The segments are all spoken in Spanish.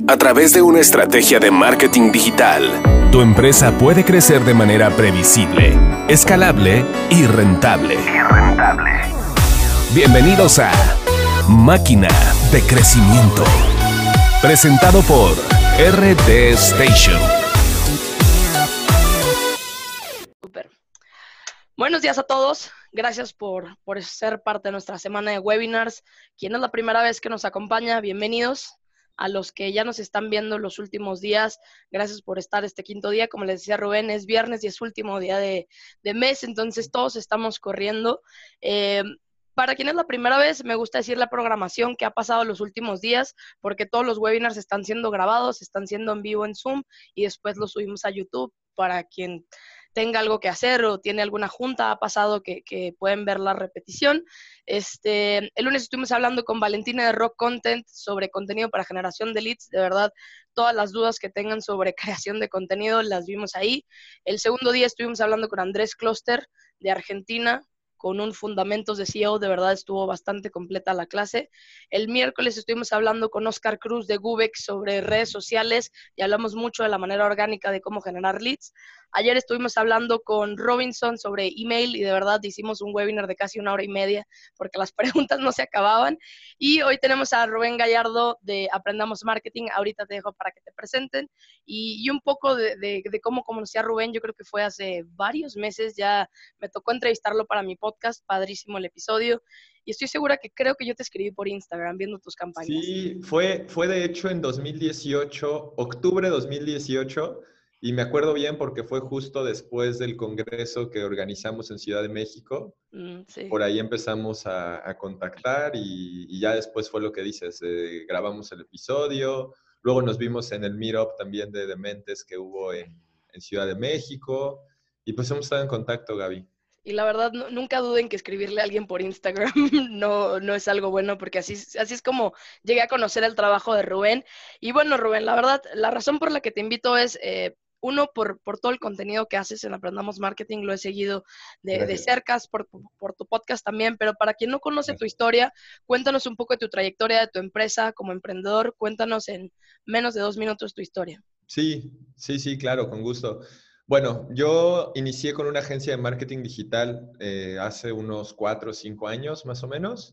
A través de una estrategia de marketing digital, tu empresa puede crecer de manera previsible, escalable y rentable. Bienvenidos a Máquina de Crecimiento, presentado por RD Station. Super. Buenos días a todos. Gracias por ser parte de nuestra semana de webinars. Quien es la primera vez que nos acompaña, bienvenidos. A los que ya nos están viendo los últimos días, gracias por estar este quinto día. Como les decía Rubén, es viernes y es último día de mes, entonces todos estamos corriendo. Para quien es la primera vez, me gusta decir la programación que ha pasado los últimos días, porque todos los webinars están siendo grabados, están siendo en vivo en Zoom y después los subimos a YouTube para quien tenga algo que hacer o tiene alguna junta, ha pasado que pueden ver la repetición. El lunes estuvimos hablando con Valentina de Rock Content sobre contenido para generación de leads. De verdad, todas las dudas que tengan sobre creación de contenido las vimos ahí. El segundo día estuvimos hablando con Andrés Kloster de Argentina, con un fundamentos de SEO. De verdad estuvo bastante completa la clase. El miércoles estuvimos hablando con Oscar Cruz de Gubex sobre redes sociales y hablamos mucho de la manera orgánica de cómo generar leads. Ayer estuvimos hablando con Robinson sobre email y de verdad hicimos un webinar de casi 1 hora y media porque las preguntas no se acababan. Y hoy tenemos a Rubén Gallardo de Aprendamos Marketing. Ahorita te dejo para que te presenten y un poco de cómo conocí a Rubén. Yo creo que fue hace varios meses, ya me tocó entrevistarlo para mi podcast, padrísimo el episodio. Y estoy segura que creo que yo te escribí por Instagram viendo tus campañas. Sí, fue de hecho en 2018, octubre de 2018, y me acuerdo bien porque fue justo después del congreso que organizamos en Ciudad de México. Sí. Por ahí empezamos a contactar y ya después fue lo que dices, grabamos el episodio, luego nos vimos en el meetup también de Dementes que hubo en Ciudad de México, y pues hemos estado en contacto, Gaby. Y la verdad, nunca duden que escribirle a alguien por Instagram no es algo bueno, porque así es como llegué a conocer el trabajo de Rubén. Y bueno, Rubén, la verdad, la razón por la que te invito es, uno, por todo el contenido que haces en Aprendamos Marketing, lo he seguido de cerca, por tu podcast también, pero para quien no conoce tu historia, cuéntanos un poco de tu trayectoria, de tu empresa como emprendedor, cuéntanos en menos de 2 minutos tu historia. Sí, claro, con gusto. Bueno, yo inicié con una agencia de marketing digital hace unos 4 o 5 años, más o menos.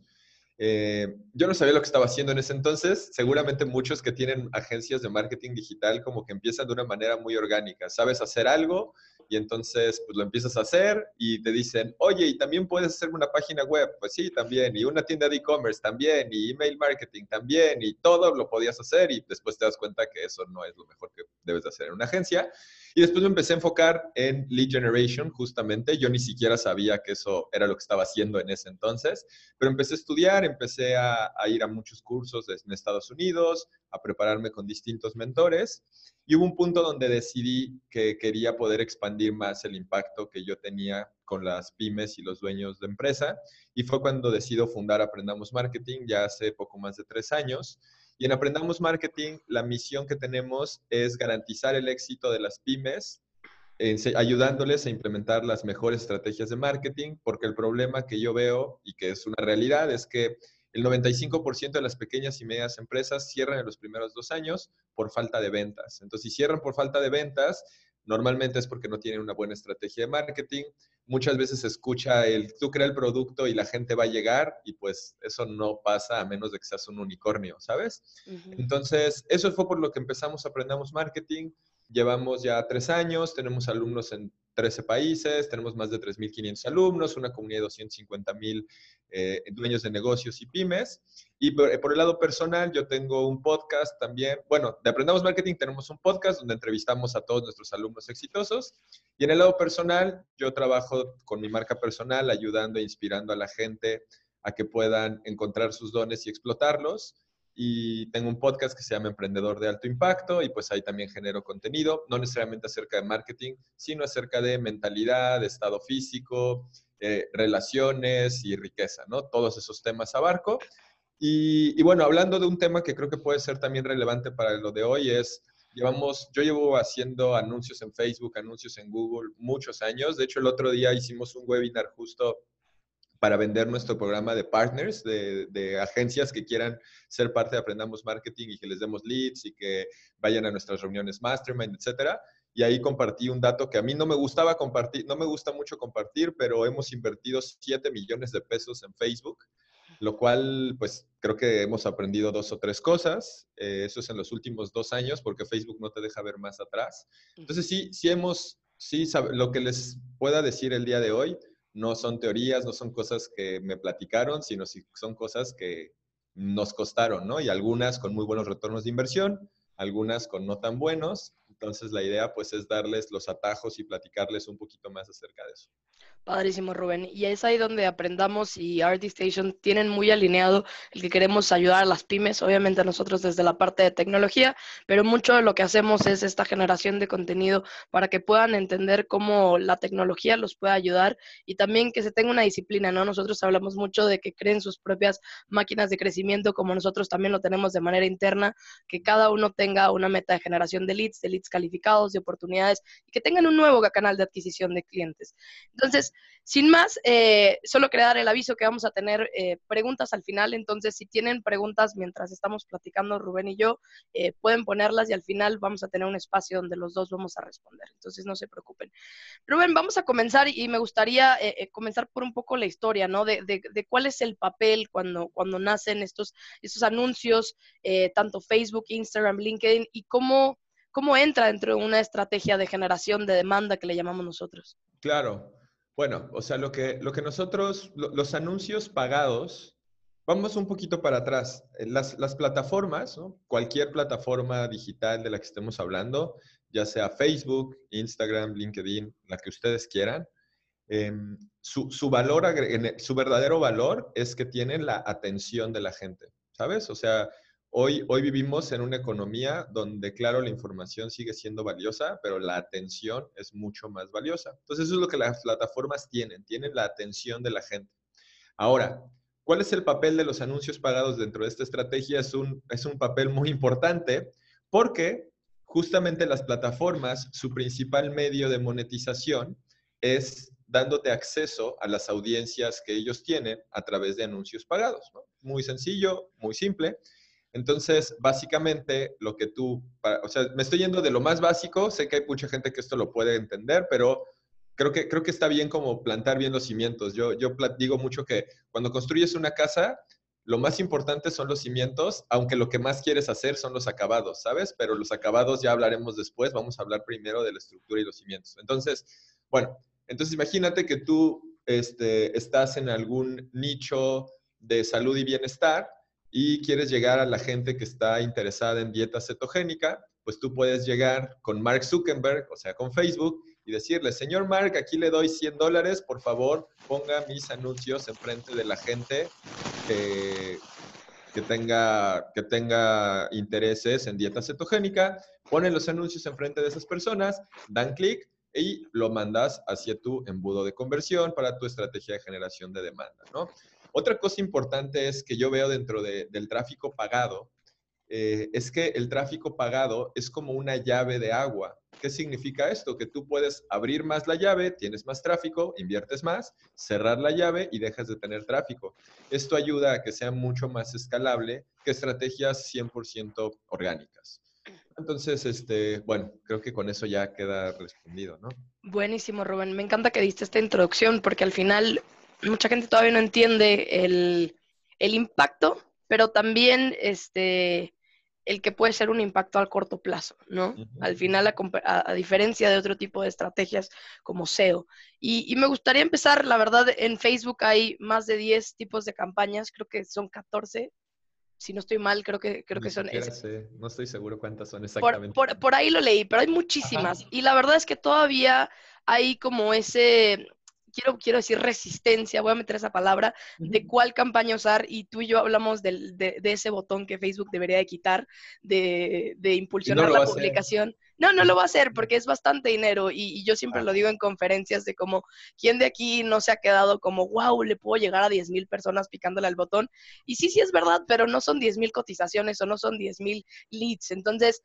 Yo no sabía lo que estaba haciendo en ese entonces. Seguramente muchos que tienen agencias de marketing digital como que empiezan de una manera muy orgánica. Sabes hacer algo y entonces pues lo empiezas a hacer y te dicen, oye, ¿y también puedes hacer una página web? Pues sí, también. Y una tienda de e-commerce también. Y email marketing también. Y todo lo podías hacer y después te das cuenta que eso no es lo mejor que debes de hacer en una agencia. Y después me empecé a enfocar en lead generation, justamente. Yo ni siquiera sabía que eso era lo que estaba haciendo en ese entonces, pero empecé a estudiar, empecé a ir a muchos cursos en Estados Unidos, a prepararme con distintos mentores, y hubo un punto donde decidí que quería poder expandir más el impacto que yo tenía con las pymes y los dueños de empresa, y fue cuando decido fundar Aprendamos Marketing, ya hace poco más de 3 años. Y en Aprendamos Marketing, la misión que tenemos es garantizar el éxito de las pymes, ayudándoles a implementar las mejores estrategias de marketing, porque el problema que yo veo y que es una realidad es que el 95% de las pequeñas y medianas empresas cierran en los primeros 2 años por falta de ventas. Entonces, si cierran por falta de ventas, normalmente es porque no tienen una buena estrategia de marketing. Muchas veces se escucha tú crea el producto y la gente va a llegar, y pues eso no pasa a menos de que seas un unicornio, ¿sabes? Entonces, eso fue por lo que empezamos Aprendamos Marketing. Llevamos ya 3 años, tenemos alumnos en 13 países, tenemos más de 3,500 alumnos, una comunidad de 250,000 dueños de negocios y pymes. Y por el lado personal, yo tengo un podcast también. Bueno, de Aprendamos Marketing tenemos un podcast donde entrevistamos a todos nuestros alumnos exitosos. Y en el lado personal, yo trabajo con mi marca personal, ayudando e inspirando a la gente a que puedan encontrar sus dones y explotarlos. Y tengo un podcast que se llama Emprendedor de Alto Impacto, y pues ahí también genero contenido, no necesariamente acerca de marketing, sino acerca de mentalidad, de estado físico, relaciones y riqueza, ¿no? Todos esos temas abarco. Y bueno, hablando de un tema que creo que puede ser también relevante para lo de hoy yo llevo haciendo anuncios en Facebook, anuncios en Google muchos años. De hecho, el otro día hicimos un webinar justo para vender nuestro programa de partners, de agencias que quieran ser parte de Aprendamos Marketing y que les demos leads y que vayan a nuestras reuniones Mastermind, etcétera. Y ahí compartí un dato que a mí no me gustaba compartir, no me gusta mucho compartir, pero hemos invertido 7 millones de pesos en Facebook, lo cual, pues, creo que hemos aprendido 2 o 3 cosas. Eso es en los últimos 2 años, porque Facebook no te deja ver más atrás. Entonces, lo que les pueda decir el día de hoy, no son teorías, no son cosas que me platicaron, sino son cosas que nos costaron, ¿no? Y algunas con muy buenos retornos de inversión, algunas con no tan buenos. Entonces, la idea, pues, es darles los atajos y platicarles un poquito más acerca de eso. Padrísimo, Rubén. Y es ahí donde Aprendamos y RD Station tienen muy alineado el que queremos ayudar a las pymes, obviamente nosotros desde la parte de tecnología, pero mucho de lo que hacemos es esta generación de contenido para que puedan entender cómo la tecnología los puede ayudar y también que se tenga una disciplina, ¿no? Nosotros hablamos mucho de que creen sus propias máquinas de crecimiento, como nosotros también lo tenemos de manera interna, que cada uno tenga una meta de generación de leads calificados, de oportunidades y que tengan un nuevo canal de adquisición de clientes. Entonces, sin más, solo quería dar el aviso que vamos a tener preguntas al final, entonces si tienen preguntas mientras estamos platicando Rubén y yo, pueden ponerlas y al final vamos a tener un espacio donde los dos vamos a responder, entonces no se preocupen. Rubén, vamos a comenzar y me gustaría comenzar por un poco la historia, ¿no? De cuál es el papel cuando nacen estos anuncios, tanto Facebook, Instagram, LinkedIn, y cómo entra dentro de una estrategia de generación de demanda que le llamamos nosotros. Claro. Bueno, o sea, lo que nosotros, los anuncios pagados, vamos un poquito para atrás. Las plataformas, ¿no? Cualquier plataforma digital de la que estemos hablando, ya sea Facebook, Instagram, LinkedIn, la que ustedes quieran, su verdadero valor es que tienen la atención de la gente, ¿sabes? O sea, hoy vivimos en una economía donde, claro, la información sigue siendo valiosa, pero la atención es mucho más valiosa. Entonces, eso es lo que las plataformas tienen la atención de la gente. Ahora, ¿cuál es el papel de los anuncios pagados dentro de esta estrategia? Es un papel muy importante porque justamente las plataformas, su principal medio de monetización es dándote acceso a las audiencias que ellos tienen a través de anuncios pagados, ¿no? Muy sencillo, muy simple. Entonces, básicamente, o sea, me estoy yendo de lo más básico, sé que hay mucha gente que esto lo puede entender, pero creo que está bien como plantar bien los cimientos. Yo digo mucho que cuando construyes una casa, lo más importante son los cimientos, aunque lo que más quieres hacer son los acabados, ¿sabes? Pero los acabados ya hablaremos después, vamos a hablar primero de la estructura y los cimientos. Entonces, bueno, imagínate que tú estás en algún nicho de salud y bienestar y quieres llegar a la gente que está interesada en dieta cetogénica, pues tú puedes llegar con Mark Zuckerberg, o sea, con Facebook, y decirle, señor Mark, aquí le doy $100, por favor, ponga mis anuncios enfrente de la gente que tenga intereses en dieta cetogénica, ponen los anuncios enfrente de esas personas, dan clic y lo mandas hacia tu embudo de conversión para tu estrategia de generación de demanda, ¿no? Otra cosa importante es que yo veo dentro del tráfico pagado, es que el tráfico pagado es como una llave de agua. ¿Qué significa esto? Que tú puedes abrir más la llave, tienes más tráfico, inviertes más, cerrar la llave y dejas de tener tráfico. Esto ayuda a que sea mucho más escalable que estrategias 100% orgánicas. Entonces, bueno, creo que con eso ya queda respondido, ¿no? Buenísimo, Rubén. Me encanta que diste esta introducción porque al final mucha gente todavía no entiende el impacto, pero también el que puede ser un impacto al corto plazo, ¿no? Al final, a diferencia de otro tipo de estrategias como SEO. Y me gustaría empezar, la verdad, en Facebook hay más de 10 tipos de campañas, creo que son 14. Si no estoy mal, creo que son... No estoy seguro cuántas son exactamente. Por ahí lo leí, pero hay muchísimas. Ajá. Y la verdad es que todavía hay como quiero decir resistencia, voy a meter esa palabra, de cuál campaña usar, y tú y yo hablamos de ese botón que Facebook debería de quitar, de impulsionar la publicación. No lo va a hacer porque es bastante dinero y yo siempre lo digo en conferencias de como, ¿quién de aquí no se ha quedado como, wow, le puedo llegar a 10,000 personas picándole al botón? Y sí es verdad, pero no son 10,000 cotizaciones o no son 10,000 leads. Entonces,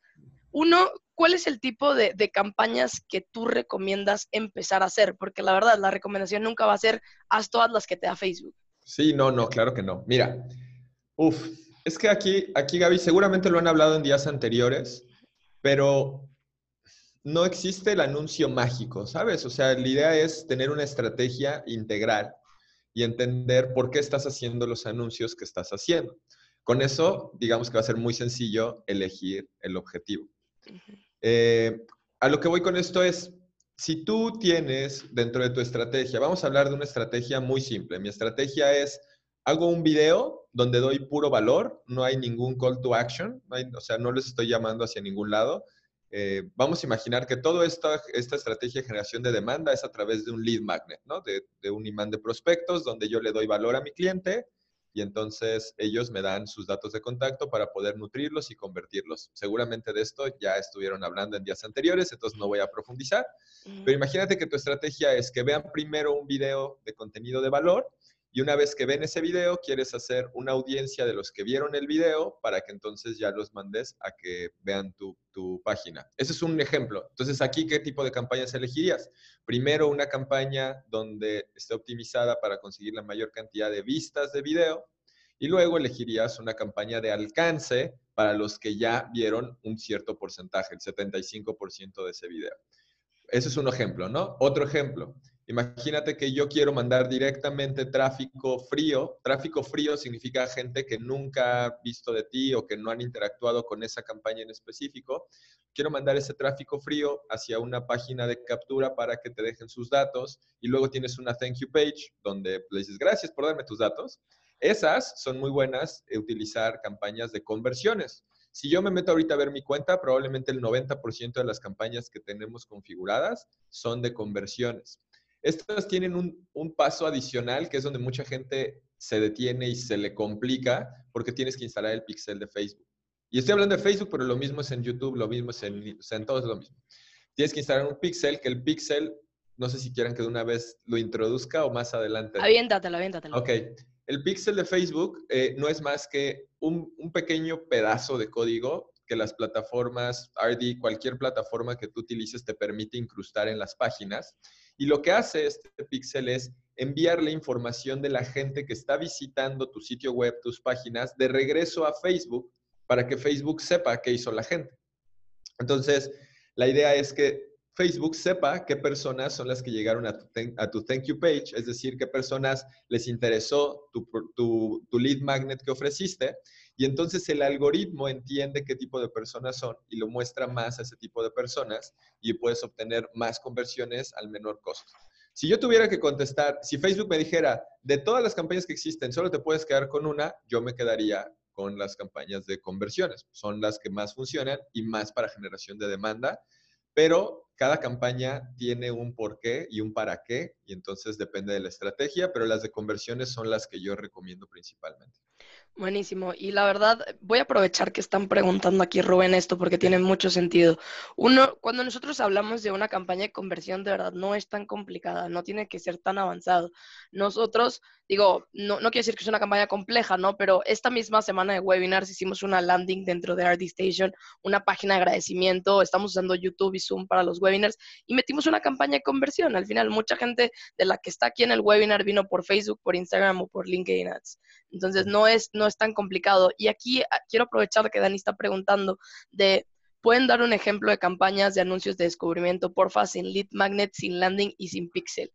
Uno, ¿cuál es el tipo de campañas que tú recomiendas empezar a hacer? Porque la verdad, la recomendación nunca va a ser haz todas las que te da Facebook. Sí, no, claro que no. Mira, uf, es que aquí, Gaby, seguramente lo han hablado en días anteriores, pero no existe el anuncio mágico, ¿sabes? O sea, la idea es tener una estrategia integral y entender por qué estás haciendo los anuncios que estás haciendo. Con eso, digamos que va a ser muy sencillo elegir el objetivo. Eh, a lo que voy con esto es, si tú tienes dentro de tu estrategia, vamos a hablar de una estrategia muy simple. Mi estrategia es, hago un video donde doy puro valor, no hay ningún call to action, o sea, no les estoy llamando hacia ningún lado. Vamos a imaginar que toda esta estrategia de generación de demanda es a través de un lead magnet, ¿no? De un imán de prospectos donde yo le doy valor a mi cliente y entonces ellos me dan sus datos de contacto para poder nutrirlos y convertirlos. Seguramente de esto ya estuvieron hablando en días anteriores, entonces no voy a profundizar, pero imagínate que tu estrategia es que vean primero un video de contenido de valor y una vez que ven ese video, quieres hacer una audiencia de los que vieron el video para que entonces ya los mandes a que vean tu página. Ese es un ejemplo. Entonces, aquí, ¿qué tipo de campañas elegirías? Primero, una campaña donde esté optimizada para conseguir la mayor cantidad de vistas de video y luego elegirías una campaña de alcance para los que ya vieron un cierto porcentaje, el 75% de ese video. Ese es un ejemplo, ¿no? Otro ejemplo. Imagínate que yo quiero mandar directamente tráfico frío. Tráfico frío significa gente que nunca ha visto de ti o que no han interactuado con esa campaña en específico. Quiero mandar ese tráfico frío hacia una página de captura para que te dejen sus datos y luego tienes una thank you page donde le dices gracias por darme tus datos. Esas son muy buenas utilizar campañas de conversiones. Si yo me meto ahorita a ver mi cuenta, probablemente el 90% de las campañas que tenemos configuradas son de conversiones. Estas tienen un paso adicional que es donde mucha gente se detiene y se le complica porque tienes que instalar el pixel de Facebook. Y estoy hablando de Facebook, pero lo mismo es en YouTube, lo mismo es o sea, en todo es lo mismo. Tienes que instalar un pixel, que el pixel, no sé si quieran que de una vez lo introduzca o más adelante. Aviéntatelo, aviéntatelo. Ok. El pixel de Facebook no es más que un pequeño pedazo de código que las plataformas RD, cualquier plataforma que tú utilices te permite incrustar en las páginas. Y lo que hace este pixel es enviarle información de la gente que está visitando tu sitio web, tus páginas, de regreso a Facebook para que Facebook sepa qué hizo la gente. Entonces, la idea es que Facebook sepa qué personas son las que llegaron a tu thank you page, es decir, qué personas les interesó tu lead magnet que ofreciste, y entonces el algoritmo entiende qué tipo de personas son y lo muestra más a ese tipo de personas y puedes obtener más conversiones al menor costo. Si yo tuviera que contestar, si Facebook me dijera, de todas las campañas que existen, solo te puedes quedar con una, yo me quedaría con las campañas de conversiones. Son las que más funcionan y más para generación de demanda, pero cada campaña tiene un porqué y un para qué, y entonces depende de la estrategia, pero las de conversiones son las que yo recomiendo principalmente. Buenísimo. Y la verdad, voy a aprovechar que están preguntando aquí, Rubén, esto porque tiene mucho sentido. Uno, cuando nosotros hablamos de una campaña de conversión, de verdad, no es tan complicada, no tiene que ser tan avanzado. Nosotros, digo, no quiero decir que es una campaña compleja, ¿no? Pero esta misma semana de webinars hicimos una landing dentro de RD Station, una página de agradecimiento, estamos usando YouTube y Zoom para los webinars y metimos una campaña de conversión. Al final, mucha gente de la que está aquí en el webinar vino por Facebook, por Instagram o por LinkedIn Ads. Entonces, no es tan complicado. Y aquí quiero aprovechar que Dani está preguntando ¿pueden dar un ejemplo de campañas de anuncios de descubrimiento, porfa, sin lead magnet, sin landing y sin pixel?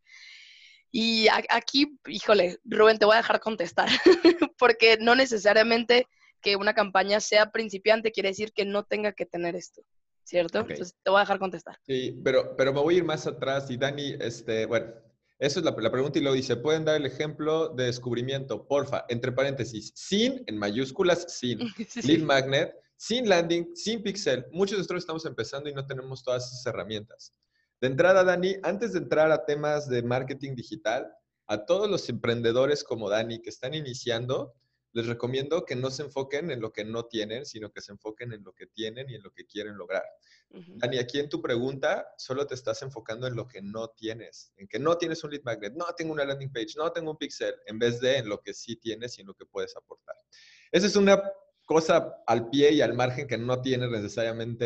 Y aquí, híjole, Rubén, te voy a dejar contestar, porque no necesariamente que una campaña sea principiante quiere decir que no tenga que tener esto, ¿cierto? Okay. Entonces, te voy a dejar contestar. Sí, pero me voy a ir más atrás y Dani, bueno, eso es la pregunta y luego dice, ¿pueden dar el ejemplo de descubrimiento? Porfa, entre paréntesis, sin, en mayúsculas, sin sí, lead magnet, sin landing, sin pixel. Muchos de nosotros estamos empezando y no tenemos todas esas herramientas. De entrada, Dani, antes de entrar a temas de marketing digital, a todos los emprendedores como Dani que están iniciando, les recomiendo que no se enfoquen en lo que no tienen, sino que se enfoquen en lo que tienen y en lo que quieren lograr. Dani, aquí en tu pregunta solo te estás enfocando en lo que no tienes, en que no tienes un lead magnet, no tengo una landing page, no tengo un pixel, en vez de en lo que sí tienes y en lo que puedes aportar. Esa es una cosa al pie y al margen que no tiene necesariamente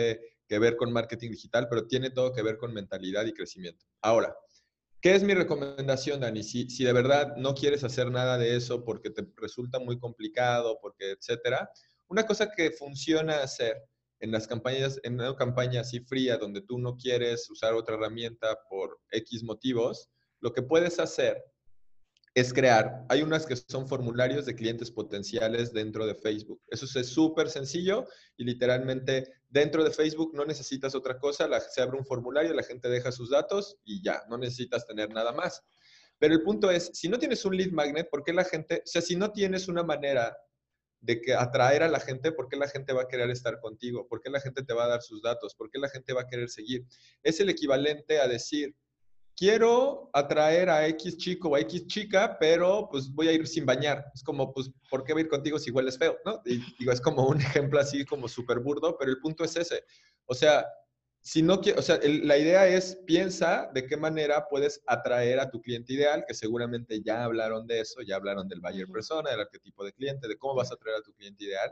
que ver con marketing digital, pero tiene todo que ver con mentalidad y crecimiento. Ahora, ¿qué es mi recomendación, Dani? Si de verdad no quieres hacer nada de eso porque te resulta muy complicado, porque etcétera, una cosa que funciona hacer en las campañas, en una campaña así fría donde tú no quieres usar otra herramienta por X motivos, lo que puedes hacer es crear, hay unas que son formularios de clientes potenciales dentro de Facebook. Eso es súper sencillo y literalmente dentro de Facebook no necesitas otra cosa, se abre un formulario, la gente deja sus datos y ya, no necesitas tener nada más. Pero el punto es, si no tienes un lead magnet, ¿por qué la gente, o sea, si no tienes una manera de que atraer a la gente, ¿por qué la gente va a querer estar contigo? ¿Por qué la gente te va a dar sus datos? ¿Por qué la gente va a querer seguir? Es el equivalente a decir, quiero atraer a X chico o a X chica, pero pues voy a ir sin bañar. Es como, pues, ¿por qué voy a ir contigo si hueles feo? ¿No? Y digo, es como un ejemplo así como súper burdo, pero el punto es ese. O sea, si no o sea, la idea es, piensa de qué manera puedes atraer a tu cliente ideal, que seguramente ya hablaron de eso, ya hablaron del buyer persona, del arquetipo de cliente, de cómo vas a atraer a tu cliente ideal.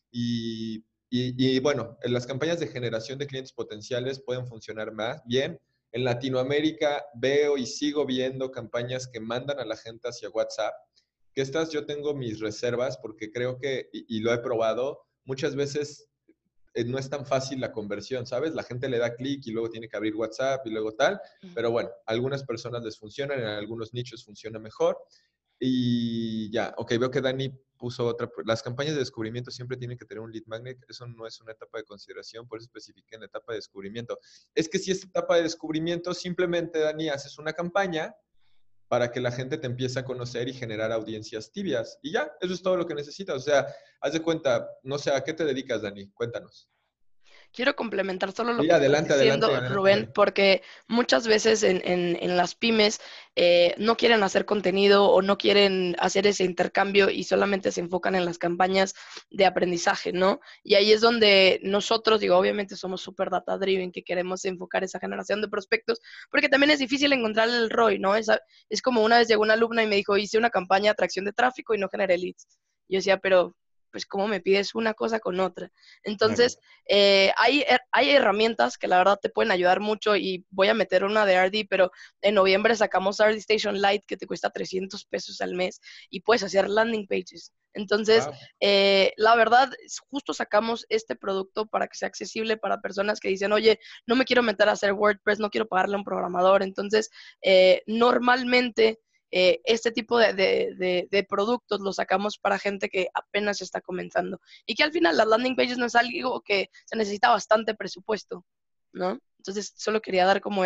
Y bueno, en las campañas de generación de clientes potenciales pueden funcionar más bien. En Latinoamérica veo y sigo viendo campañas que mandan a la gente hacia WhatsApp, que estas yo tengo mis reservas porque creo que, y lo he probado, muchas veces no es tan fácil la conversión, ¿sabes? La gente le da clic y luego tiene que abrir WhatsApp y luego tal, pero bueno, a algunas personas les funcionan, en algunos nichos funciona mejor. Y ya, ok, veo que Dani puso otra. Las campañas de descubrimiento siempre tienen que tener un lead magnet. Eso no es una etapa de consideración, por eso especifiqué en la etapa de descubrimiento. Es que si es etapa de descubrimiento, simplemente, Dani, haces una campaña para que la gente te empiece a conocer y generar audiencias tibias. Y ya, eso es todo lo que necesitas. O sea, haz de cuenta, no sé, ¿a qué te dedicas, Dani? Cuéntanos. Quiero complementar solo lo Sí, que estás adelante, adelante, diciendo, adelante, Rubén, Dani. porque muchas veces en las pymes no quieren hacer contenido o no quieren hacer ese intercambio y solamente se enfocan en las campañas de aprendizaje, ¿no? Y ahí es donde nosotros, digo, obviamente somos súper data driven, que queremos enfocar esa generación de prospectos, porque también es difícil encontrar el ROI, ¿no? Es como una vez llegó una alumna y me dijo, hice una campaña de atracción de tráfico y no generé leads. Y yo decía, pero pues cómo me pides una cosa con otra. Claro. Entonces, hay herramientas que la verdad te pueden ayudar mucho y voy a meter una de RD, pero en noviembre sacamos RD Station Lite que te cuesta 300 pesos al mes y puedes hacer landing pages. Entonces, Wow. la verdad, justo sacamos este producto para que sea accesible para personas que dicen, oye, no me quiero meter a hacer WordPress, no quiero pagarle a un programador. Entonces, normalmente este tipo de productos los sacamos para gente que apenas está comenzando y que al final las landing pages no es algo que se necesita bastante presupuesto, ¿no? Entonces solo quería dar como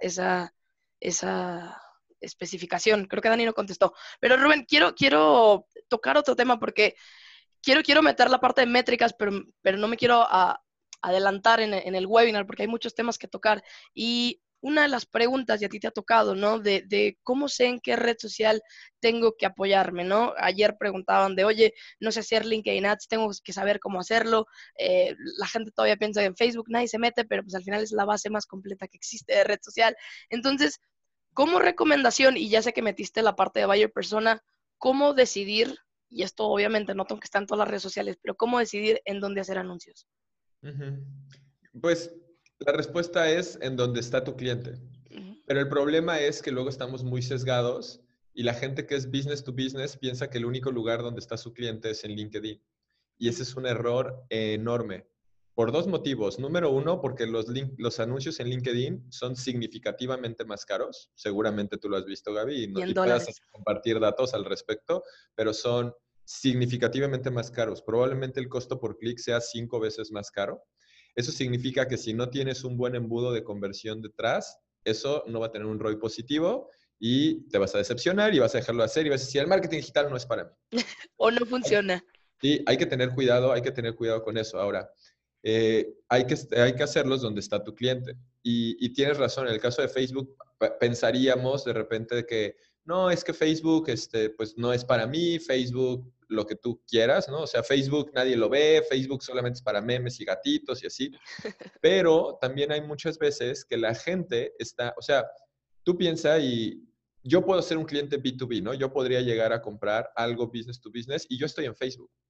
esa especificación. Creo que Dani no contestó. Pero Rubén, quiero tocar otro tema porque quiero meter la parte de métricas, pero no me quiero adelantar en el webinar porque hay muchos temas que tocar. Y una de las preguntas, y a ti te ha tocado, ¿no? De cómo sé en qué red social tengo que apoyarme, ¿no? Ayer preguntaban de, oye, no sé hacer LinkedIn Ads, tengo que saber cómo hacerlo. La gente todavía piensa que en Facebook nadie se mete, pero pues al final es la base más completa que existe de red social. Entonces, como recomendación, y ya sé que metiste la parte de buyer persona, ¿cómo decidir? Y esto obviamente no tengo que estar en todas las redes sociales, pero ¿cómo decidir en dónde hacer anuncios? Ujú. Pues la respuesta es en donde está tu cliente. Ujú. Pero el problema es que luego estamos muy sesgados y la gente que es business to business piensa que el único lugar donde está su cliente es en LinkedIn. Y ese es un error enorme. Por dos motivos. Número uno, porque los anuncios en LinkedIn son significativamente más caros. Seguramente tú lo has visto, Gaby, Y en y puedas dólares. compartir datos al respecto, pero son significativamente más caros. Probablemente el costo por clic sea 5 veces más caro. Eso significa que si no tienes un buen embudo de conversión detrás, eso no va a tener un ROI positivo y te vas a decepcionar y vas a dejarlo de hacer y vas a decir, el marketing digital no es para mí. O no funciona. Sí, hay que tener cuidado con eso. Ahora, hay que hacerlos donde está tu cliente. Y tienes razón, en el caso de Facebook, pensaríamos de repente que no, es que Facebook, pues no es para mí, Facebook, lo que tú quieras, ¿no? O sea, Facebook nadie lo ve, Facebook solamente es para memes y gatitos y así. Pero también hay muchas veces que la gente está, o sea, tú piensas y yo puedo ser un cliente B2B, ¿no? Yo podría llegar a comprar algo business to business y yo estoy en Facebook.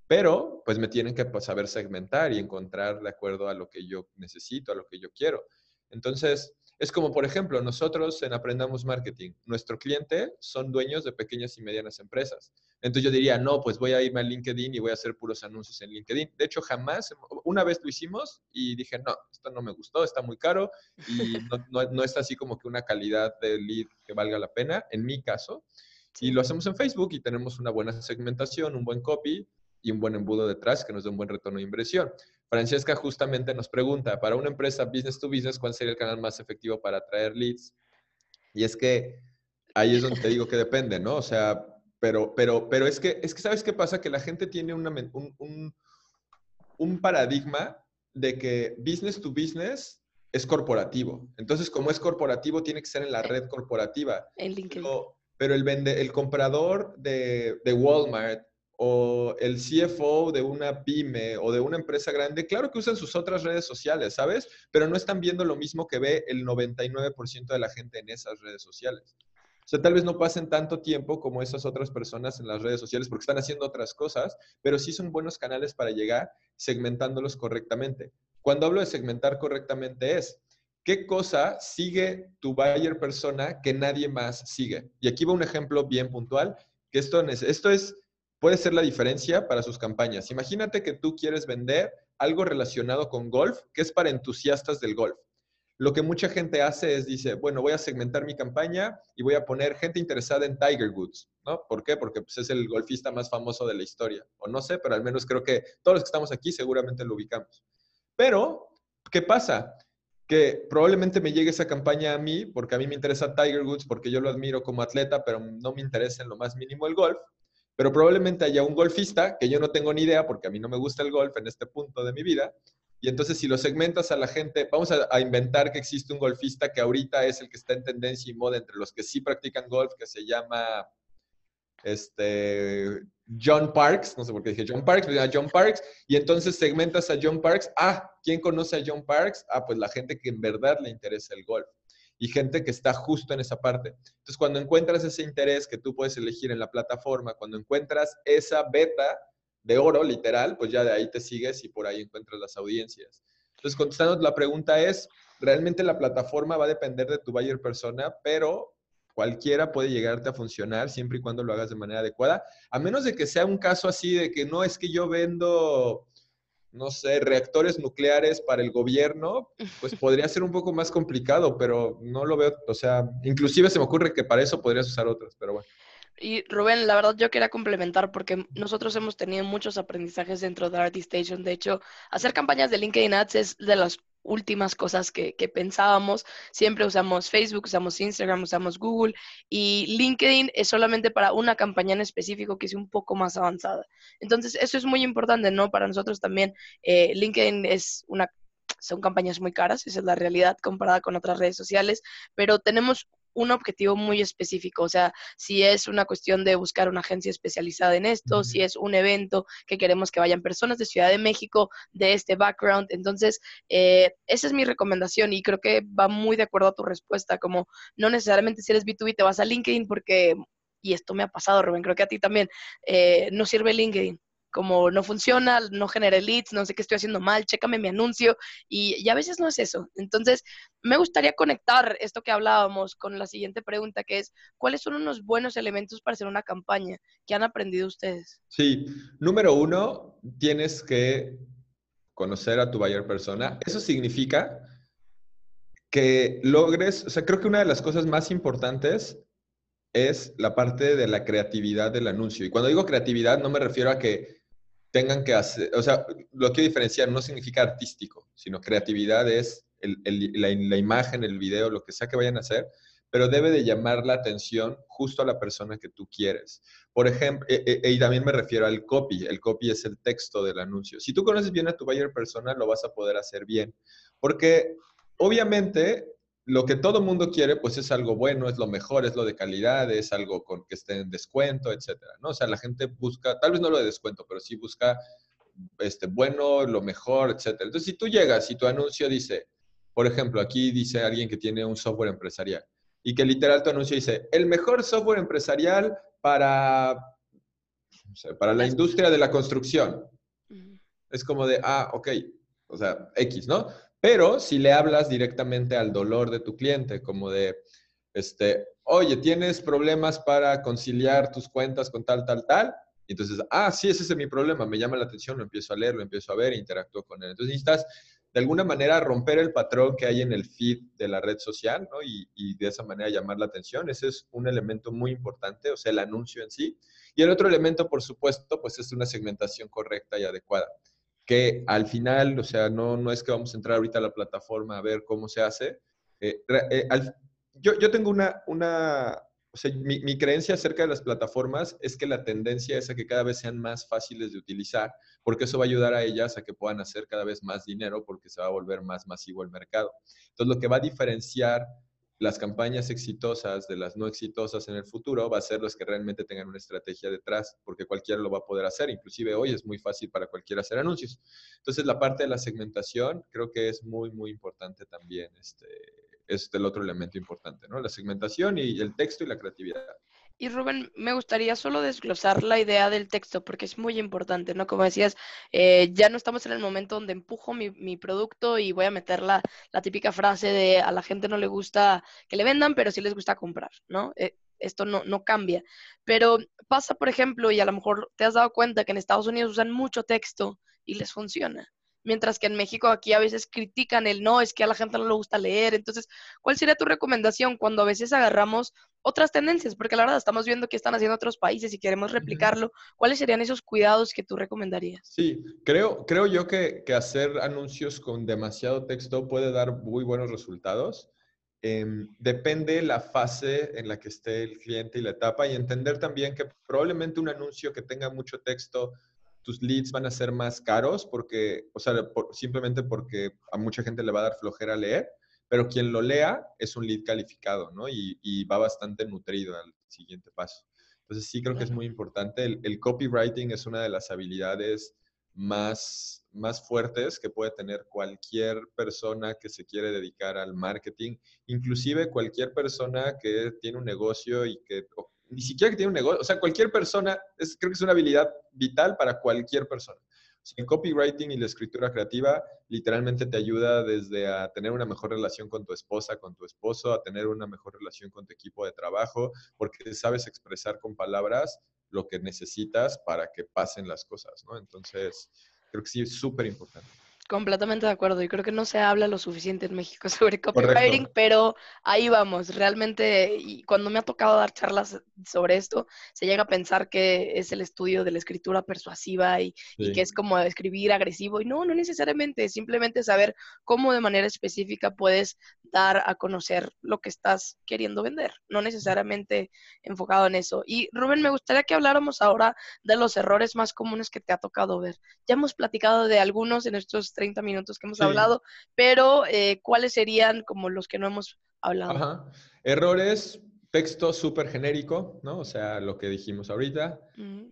pero pues me tienen que pues, saber segmentar y encontrar de acuerdo a lo que yo necesito, a lo que yo quiero. Entonces, es como, por ejemplo, nosotros en Aprendamos Marketing, nuestro cliente son dueños de pequeñas y medianas empresas. Entonces yo diría, no, pues voy a irme a LinkedIn y voy a hacer puros anuncios en LinkedIn. De hecho, jamás, una vez lo hicimos y dije, no, esto no me gustó, está muy caro y no está así como que una calidad de lead que valga la pena, en mi caso. Y Sí. lo hacemos en Facebook y tenemos una buena segmentación, un buen copy y un buen embudo detrás que nos da un buen retorno de inversión. Francesca justamente nos pregunta, para una empresa business to business, ¿cuál sería el canal más efectivo para atraer leads? Y es que ahí es donde te digo que depende, ¿no? O sea, pero es que ¿sabes qué pasa? Que la gente tiene un paradigma de que business to business es corporativo. Entonces, como es corporativo, tiene que ser en la red corporativa. En LinkedIn. Pero el comprador de Walmart o el CFO de una pyme o de una empresa grande, claro que usan sus otras redes sociales, ¿sabes? Pero no están viendo lo mismo que ve el 99% de la gente en esas redes sociales. O sea, tal vez no pasen tanto tiempo como esas otras personas en las redes sociales porque están haciendo otras cosas, pero sí son buenos canales para llegar segmentándolos correctamente. Cuando hablo de segmentar correctamente es, ¿qué cosa sigue tu buyer persona que nadie más sigue? Y aquí va un ejemplo bien puntual, que puede ser la diferencia para sus campañas. Imagínate que tú quieres vender algo relacionado con golf, que es para entusiastas del golf. Lo que mucha gente hace es, dice, bueno, voy a segmentar mi campaña y voy a poner gente interesada en Tiger Woods, ¿no? ¿Por qué? Porque pues, es el golfista más famoso de la historia. O no sé, pero al menos creo que todos los que estamos aquí seguramente lo ubicamos. Pero, ¿qué pasa? Que probablemente me llegue esa campaña a mí, porque a mí me interesa Tiger Woods, porque yo lo admiro como atleta, pero no me interesa en lo más mínimo el golf. Pero probablemente haya un golfista que yo no tengo ni idea, porque a mí no me gusta el golf en este punto de mi vida. Y entonces si lo segmentas a la gente, vamos a inventar que existe un golfista que ahorita es el que está en tendencia y moda entre los que sí practican golf, que se llama John Parks, no sé por qué dije John Parks, pero John Parks, y entonces segmentas a John Parks. ¿Quién conoce a John Parks? Pues la gente que en verdad le interesa el golf y gente que está justo en esa parte. Entonces, cuando encuentras ese interés que tú puedes elegir en la plataforma, cuando encuentras esa beta de oro, literal, pues ya de ahí te sigues y por ahí encuentras las audiencias. Entonces, contestando la pregunta es, realmente la plataforma va a depender de tu buyer persona, pero cualquiera puede llegarte a funcionar siempre y cuando lo hagas de manera adecuada, a menos de que sea un caso así de que no es que yo vendo, no sé, reactores nucleares para el gobierno, pues podría ser un poco más complicado, pero no lo veo, o sea, inclusive se me ocurre que para eso podrías usar otras, pero bueno. Y Rubén, la verdad yo quería complementar porque nosotros hemos tenido muchos aprendizajes dentro de Artistation. De hecho, hacer campañas de LinkedIn Ads es de las últimas cosas que pensábamos. Siempre usamos Facebook, usamos Instagram, usamos Google y LinkedIn es solamente para una campaña en específico que es un poco más avanzada. Entonces, eso es muy importante, ¿no? Para nosotros también, LinkedIn son campañas muy caras, esa es la realidad comparada con otras redes sociales, pero tenemos un objetivo muy específico, o sea, si es una cuestión de buscar una agencia especializada en esto, si es un evento que queremos que vayan personas de Ciudad de México de este background, entonces esa es mi recomendación y creo que va muy de acuerdo a tu respuesta, como no necesariamente si eres B2B te vas a LinkedIn porque, y esto me ha pasado, Rubén, creo que a ti también, no sirve LinkedIn. Como no funciona, no generé leads, no sé qué estoy haciendo mal, chécame mi anuncio y a veces no es eso. Entonces, me gustaría conectar esto que hablábamos con la siguiente pregunta, que es, ¿cuáles son unos buenos elementos para hacer una campaña? ¿Qué han aprendido ustedes? Sí, número uno, tienes que conocer a tu buyer persona. Eso significa que logres, o sea, creo que una de las cosas más importantes es la parte de la creatividad del anuncio. Y cuando digo creatividad, no me refiero a que tengan que hacer, o sea, lo quiero diferenciar, no significa artístico, sino creatividad es la imagen, el video, lo que sea que vayan a hacer, pero debe de llamar la atención justo a la persona que tú quieres. Por ejemplo, y también me refiero al copy. El copy es el texto del anuncio. Si tú conoces bien a tu buyer persona, lo vas a poder hacer bien. Porque obviamente lo que todo mundo quiere, pues es algo bueno, es lo mejor, es lo de calidad, es algo con que esté en descuento, etcétera, ¿no? O sea, la gente busca, tal vez no lo de descuento, pero sí busca bueno, lo mejor, etcétera. Entonces, si tú llegas y tu anuncio dice, por ejemplo, aquí dice alguien que tiene un software empresarial y que literal tu anuncio dice, el mejor software empresarial para o sea, para la industria de la construcción. Ujú. Es como de, ok, o sea, X, ¿no? Pero si le hablas directamente al dolor de tu cliente, como de, oye, ¿tienes problemas para conciliar tus cuentas con tal, tal, tal? Y entonces, sí, ese es mi problema, me llama la atención, lo empiezo a leer, lo empiezo a ver, interactúo con él. Entonces necesitas, de alguna manera, romper el patrón que hay en el feed de la red social, ¿no? Y de esa manera llamar la atención. Ese es un elemento muy importante, o sea, el anuncio en sí. Y el otro elemento, por supuesto, pues es una segmentación correcta y adecuada que al final, o sea, no es que vamos a entrar ahorita a la plataforma a ver cómo se hace. Yo tengo o sea, mi creencia acerca de las plataformas es que la tendencia es a que cada vez sean más fáciles de utilizar, porque eso va a ayudar a ellas a que puedan hacer cada vez más dinero, porque se va a volver más masivo el mercado. Entonces, lo que va a diferenciar las campañas exitosas de las no exitosas en el futuro va a ser los que realmente tengan una estrategia detrás, porque cualquiera lo va a poder hacer. Inclusive hoy es muy fácil para cualquiera hacer anuncios. Entonces, la parte de la segmentación creo que es muy, muy importante también. Es el otro elemento importante, ¿no? La segmentación y el texto y la creatividad. Y Rubén, me gustaría solo desglosar la idea del texto porque es muy importante, ¿no? Como decías, ya no estamos en el momento donde empujo mi producto y voy a meter la típica frase de a la gente no le gusta que le vendan, pero sí les gusta comprar, ¿no? Esto no cambia. Pero pasa, por ejemplo, y a lo mejor te has dado cuenta que en Estados Unidos usan mucho texto y les funciona. Mientras que en México aquí a veces critican el no, es que a la gente no le gusta leer. Entonces, ¿cuál sería tu recomendación cuando a veces agarramos otras tendencias? Porque la verdad estamos viendo qué están haciendo otros países y queremos replicarlo. ¿Cuáles serían esos cuidados que tú recomendarías? Sí, creo yo que hacer anuncios con demasiado texto puede dar muy buenos resultados. Depende la fase en la que esté el cliente y la etapa y entender también que probablemente un anuncio que tenga mucho texto, tus leads van a ser más caros porque, o sea, simplemente porque a mucha gente le va a dar flojera leer, pero quien lo lea es un lead calificado, ¿no? Y va bastante nutrido al siguiente paso. Entonces sí creo que es Claro. muy importante. El copywriting es una de las habilidades más fuertes que puede tener cualquier persona que se quiere dedicar al marketing, inclusive cualquier persona que tiene un negocio y ni siquiera que tiene un negocio, o sea, cualquier persona, creo que es una habilidad vital para cualquier persona. O sea, el copywriting y la escritura creativa literalmente te ayuda desde a tener una mejor relación con tu esposa, con tu esposo, a tener una mejor relación con tu equipo de trabajo, porque sabes expresar con palabras lo que necesitas para que pasen las cosas, ¿no? Entonces, creo que sí es súper importante. Completamente de acuerdo. Y creo que no se habla lo suficiente en México sobre copywriting, Correcto. pero ahí vamos. Realmente, y cuando me ha tocado dar charlas sobre esto, se llega a pensar que es el estudio de la escritura persuasiva y que Sí. es como escribir agresivo. Y no necesariamente. Es simplemente saber cómo de manera específica puedes dar a conocer lo que estás queriendo vender. No necesariamente enfocado en eso. Y Rubén, me gustaría que habláramos ahora de los errores más comunes que te ha tocado ver. Ya hemos platicado de algunos en estos 30 minutos que hemos Sí. hablado, pero ¿cuáles serían como los que no hemos hablado? Ajá. Errores, texto súper genérico, ¿no? O sea, lo que dijimos ahorita. Mm,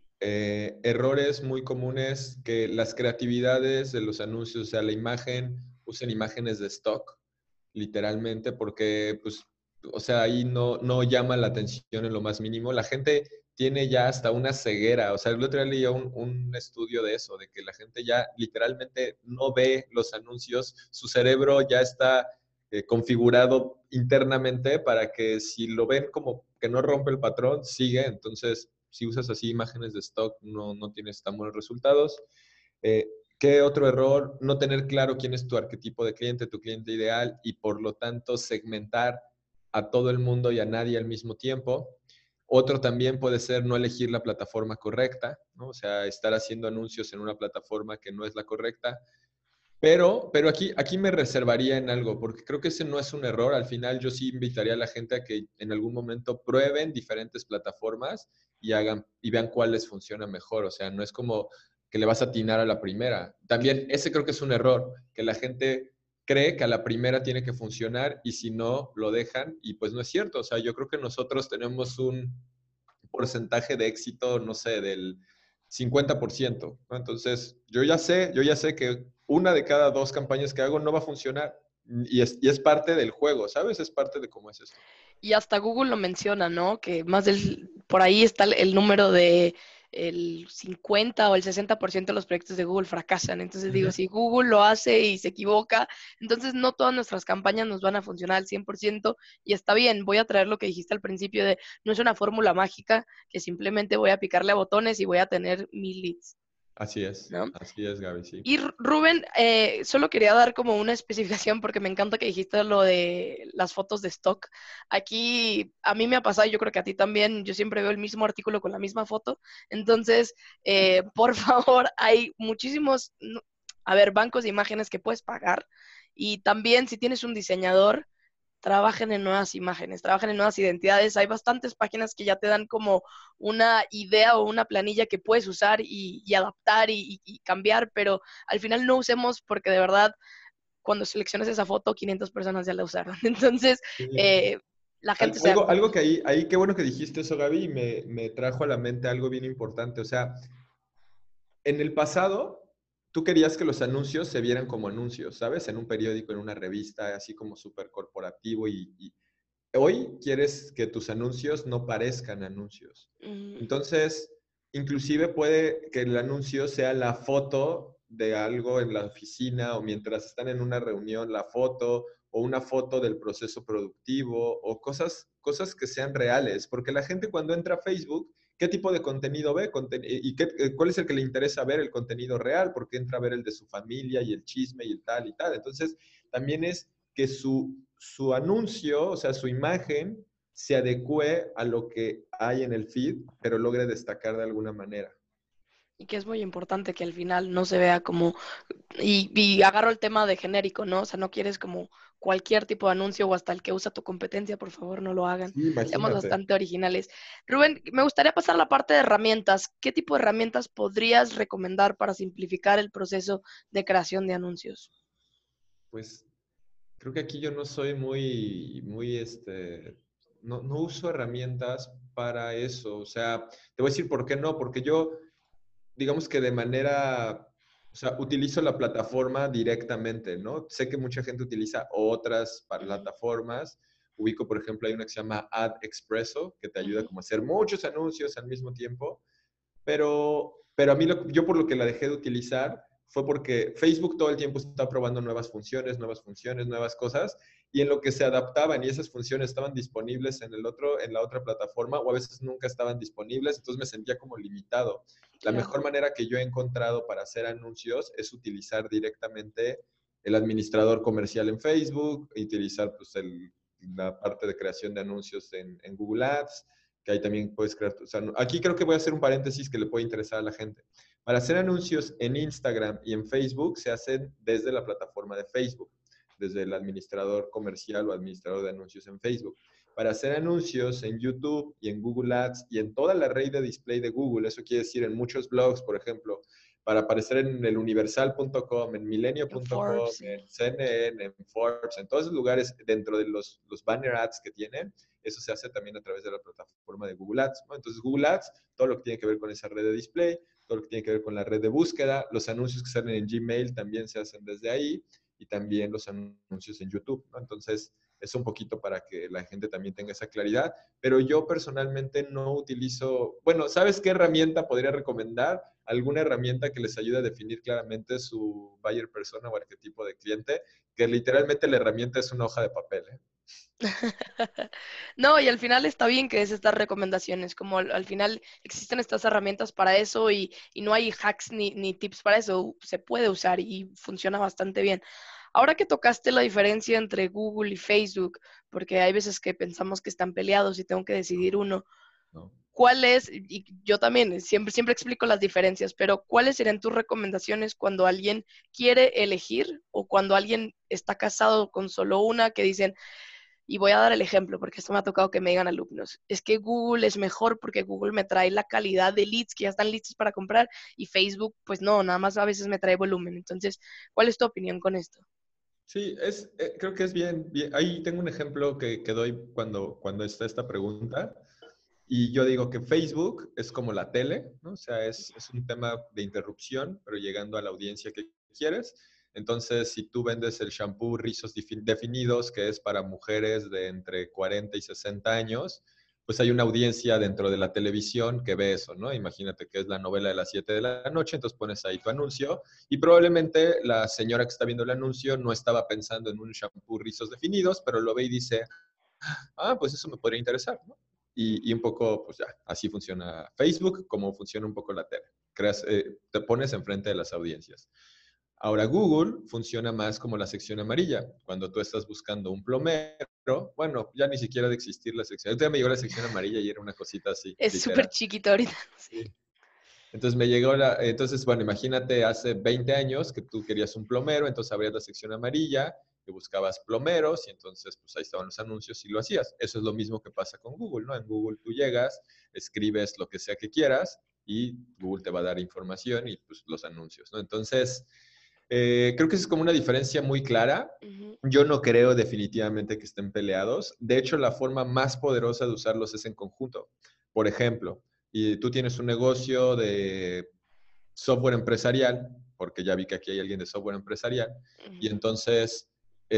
Errores muy comunes que las creatividades de los anuncios, o sea, la imagen, usen imágenes de stock, literalmente, porque, pues, o sea, ahí no llama la atención en lo más mínimo. La gente tiene ya hasta una ceguera, o sea, el otro día leía un estudio de eso, de que la gente ya literalmente no ve los anuncios, su cerebro ya está configurado internamente para que si lo ven como que no rompe el patrón, sigue. Entonces, si usas así imágenes de stock, no tienes tan buenos resultados. Eh, ¿Qué otro error? No tener claro quién es tu arquetipo de cliente, tu cliente ideal, y por lo tanto segmentar a todo el mundo y a nadie al mismo tiempo. Otro también puede ser no elegir la plataforma correcta, ¿no? O sea, estar haciendo anuncios en una plataforma que no es la correcta. Pero aquí me reservaría en algo, porque creo que ese no es un error. Al final yo sí invitaría a la gente a que en algún momento prueben diferentes plataformas y vean cuál les funciona mejor. O sea, no es como que le vas a atinar a la primera. También ese creo que es un error, que la gente cree que a la primera tiene que funcionar y si no, lo dejan y pues no es cierto. O sea, yo creo que nosotros tenemos un porcentaje de éxito, no sé, del 50%, ¿no? Entonces, yo ya sé que una de cada dos campañas que hago no va a funcionar y es parte del juego, ¿sabes? Es parte de cómo es esto. Y hasta Google lo menciona, ¿no? Que más del, por ahí está el número de el 50 o el 60% de los proyectos de Google fracasan. Entonces digo, Ujú. si Google lo hace y se equivoca, entonces no todas nuestras campañas nos van a funcionar al 100% y está bien. Voy a traer lo que dijiste al principio de no es una fórmula mágica que simplemente voy a picarle a botones y voy a tener 1000 leads, ¿no? Así es, Gaby, sí. Y Rubén, solo quería dar como una especificación porque me encanta que dijiste lo de las fotos de stock. Aquí a mí me ha pasado, y yo creo que a ti también, yo siempre veo el mismo artículo con la misma foto. Entonces, por favor, hay muchísimos, a ver, bancos de imágenes que puedes pagar. Y también si tienes un diseñador, trabajen en nuevas imágenes, trabajen en nuevas identidades. Hay bastantes páginas que ya te dan como una idea o una planilla que puedes usar y adaptar y cambiar, pero al final no usemos porque de verdad cuando selecciones esa foto 500 personas ya la usaron. Entonces, Sí. la gente se da Algo cuenta. que ahí, qué bueno que dijiste eso, Gaby, y me trajo a la mente algo bien importante. O sea, en el pasado, tú querías que los anuncios se vieran como anuncios, ¿sabes? En un periódico, en una revista, así como súper corporativo y hoy quieres que tus anuncios no parezcan anuncios. Entonces, inclusive puede que el anuncio sea la foto de algo en la oficina o mientras están en una reunión, la foto o una foto del proceso productivo o cosas que sean reales, porque la gente cuando entra a Facebook, ¿qué tipo de contenido ve? ¿Cuál es el que le interesa ver? El contenido real, porque entra a ver el de su familia y el chisme y el tal y tal. Entonces, también es que su anuncio, o sea, su imagen, se adecue a lo que hay en el feed, pero logre destacar de alguna manera. Y que es muy importante que al final no se vea como, y agarro el tema de genérico, ¿no? O sea, no quieres como cualquier tipo de anuncio o hasta el que usa tu competencia, por favor, no lo hagan. Sí, Seamos imagínate. bastante originales. Rubén, me gustaría pasar a la parte de herramientas. ¿Qué tipo de herramientas podrías recomendar para simplificar el proceso de creación de anuncios? Pues creo que aquí yo no soy no uso herramientas para eso. O sea, te voy a decir por qué no, porque yo, digamos que de manera, o sea, utilizo la plataforma directamente, ¿no? Sé que mucha gente utiliza otras Ujú, plataformas. Ubico, por ejemplo, hay una que se llama Ad Expresso, que te ayuda ujú. como a hacer muchos anuncios al mismo tiempo. Pero a mí, yo por lo que la dejé de utilizar fue porque Facebook todo el tiempo está probando nuevas funciones, nuevas cosas, y en lo que se adaptaban y esas funciones estaban disponibles en la otra plataforma, o a veces nunca estaban disponibles, entonces me sentía como limitado. La Claro. mejor manera que yo he encontrado para hacer anuncios es utilizar directamente el administrador comercial en Facebook, y utilizar pues, la parte de creación de anuncios en Google Ads, que ahí también puedes crear. O sea, aquí creo que voy a hacer un paréntesis que le puede interesar a la gente. Para hacer anuncios en Instagram y en Facebook se hacen desde la plataforma de Facebook, desde el administrador comercial o administrador de anuncios en Facebook. Para hacer anuncios en YouTube y en Google Ads y en toda la red de display de Google, eso quiere decir en muchos blogs, por ejemplo, para aparecer en el universal.com, en En milenio.com, Forbes, en sí. CNN, en Forbes, en todos esos lugares dentro de los banner ads que tienen, eso se hace también a través de la plataforma de Google Ads, ¿no? Entonces, Google Ads, todo lo que tiene que ver con esa red de display, todo lo que tiene que ver con la red de búsqueda, los anuncios que salen en Gmail también se hacen desde ahí, y también los anuncios en YouTube, ¿no? Entonces, es un poquito para que la gente también tenga esa claridad, pero yo personalmente no utilizo, bueno, ¿sabes qué herramienta podría recomendar? Alguna herramienta que les ayude a definir claramente su buyer persona o arquetipo de cliente, que literalmente la herramienta es una hoja de papel, ¿eh? No, y al final está bien que des estas recomendaciones, como al final existen estas herramientas para eso y no hay hacks ni tips para eso, se puede usar y funciona bastante bien. Ahora que tocaste la diferencia entre Google y Facebook, porque hay veces que pensamos que están peleados y tengo que decidir uno, ¿No? ¿cuál es, y yo también siempre explico las diferencias, pero cuáles serían tus recomendaciones cuando alguien quiere elegir o cuando alguien está casado con solo una que dicen, y voy a dar el ejemplo porque esto me ha tocado que me digan alumnos. Es que Google es mejor porque Google me trae la calidad de leads que ya están listos para comprar y Facebook, pues no, nada más a veces me trae volumen. Entonces, ¿cuál es tu opinión con esto? Sí, creo que es bien. Ahí tengo un ejemplo que doy cuando está esta pregunta. Y yo digo que Facebook es como la tele, ¿no? O sea, es un tema de interrupción, pero llegando a la audiencia que quieres. Entonces, si tú vendes el shampoo Rizos Definidos, que es para mujeres de entre 40 y 60 años, pues hay una audiencia dentro de la televisión que ve eso, ¿no? Imagínate que es la novela de las 7 de la noche, entonces pones ahí tu anuncio y probablemente la señora que está viendo el anuncio no estaba pensando en un shampoo rizos definidos, pero lo ve y dice, pues eso me podría interesar, ¿no? Y un poco, pues ya, así funciona Facebook, como funciona un poco la tele. Te pones enfrente de las audiencias. Ahora, Google funciona más como la sección amarilla. Cuando tú estás buscando un plomero, bueno, ya ni siquiera de existir la sección. Ahorita me llegó la sección amarilla y era una cosita así, Es súper literal. chiquito ahorita. Sí. Entonces me llegó entonces, bueno, imagínate hace 20 años que tú querías un plomero, entonces abrías la sección amarilla, que buscabas plomeros y entonces pues ahí estaban los anuncios y lo hacías. Eso es lo mismo que pasa con Google, ¿no? En Google tú llegas, escribes lo que sea que quieras y Google te va a dar información y pues los anuncios, ¿no? Entonces, creo que esa es como una diferencia muy clara. Ujú. Yo no creo definitivamente que estén peleados. De hecho, la forma más poderosa de usarlos es en conjunto. Por ejemplo, y tú tienes un negocio de software empresarial, porque ya vi que aquí hay alguien de software empresarial, y Ujú. entonces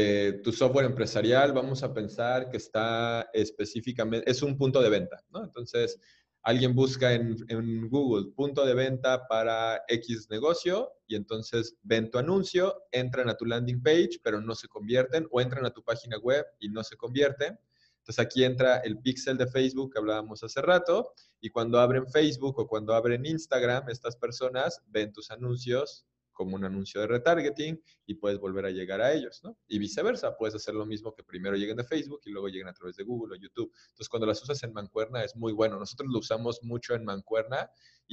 tu software empresarial, vamos a pensar que está específicamente, es un punto de venta, ¿no? Entonces, alguien busca en Google punto de venta para X negocio y entonces ven tu anuncio, entran a tu landing page, pero no se convierten, o entran a tu página web y no se convierten. Entonces aquí entra el pixel de Facebook que hablábamos hace rato, y cuando abren Facebook o cuando abren Instagram, estas personas ven tus anuncios como un anuncio de retargeting y puedes volver a llegar a ellos, ¿no? Y viceversa, puedes hacer lo mismo, que primero lleguen de Facebook y luego lleguen a través de Google o YouTube. Entonces, cuando las usas en mancuerna es muy bueno. Nosotros lo usamos mucho en mancuerna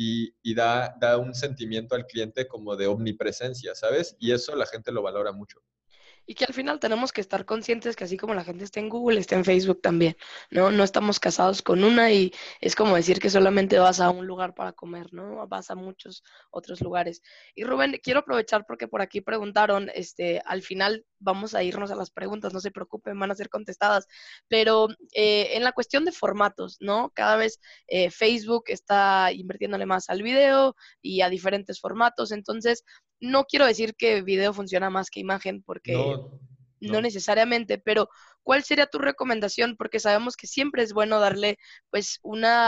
y da un sentimiento al cliente como de omnipresencia, ¿sabes? Y eso la gente lo valora mucho. Y que al final tenemos que estar conscientes que así como la gente está en Google, está en Facebook también, ¿no? No estamos casados con una y es como decir que solamente vas a un lugar para comer, ¿no? Vas a muchos otros lugares. Y Rubén, quiero aprovechar porque por aquí preguntaron, al final vamos a irnos a las preguntas, no se preocupen, van a ser contestadas, pero en la cuestión de formatos, ¿no? Cada vez Facebook está invirtiéndole más al video y a diferentes formatos, entonces no quiero decir que video funciona más que imagen porque No, no no. necesariamente, pero ¿cuál sería tu recomendación? Porque sabemos que siempre es bueno darle pues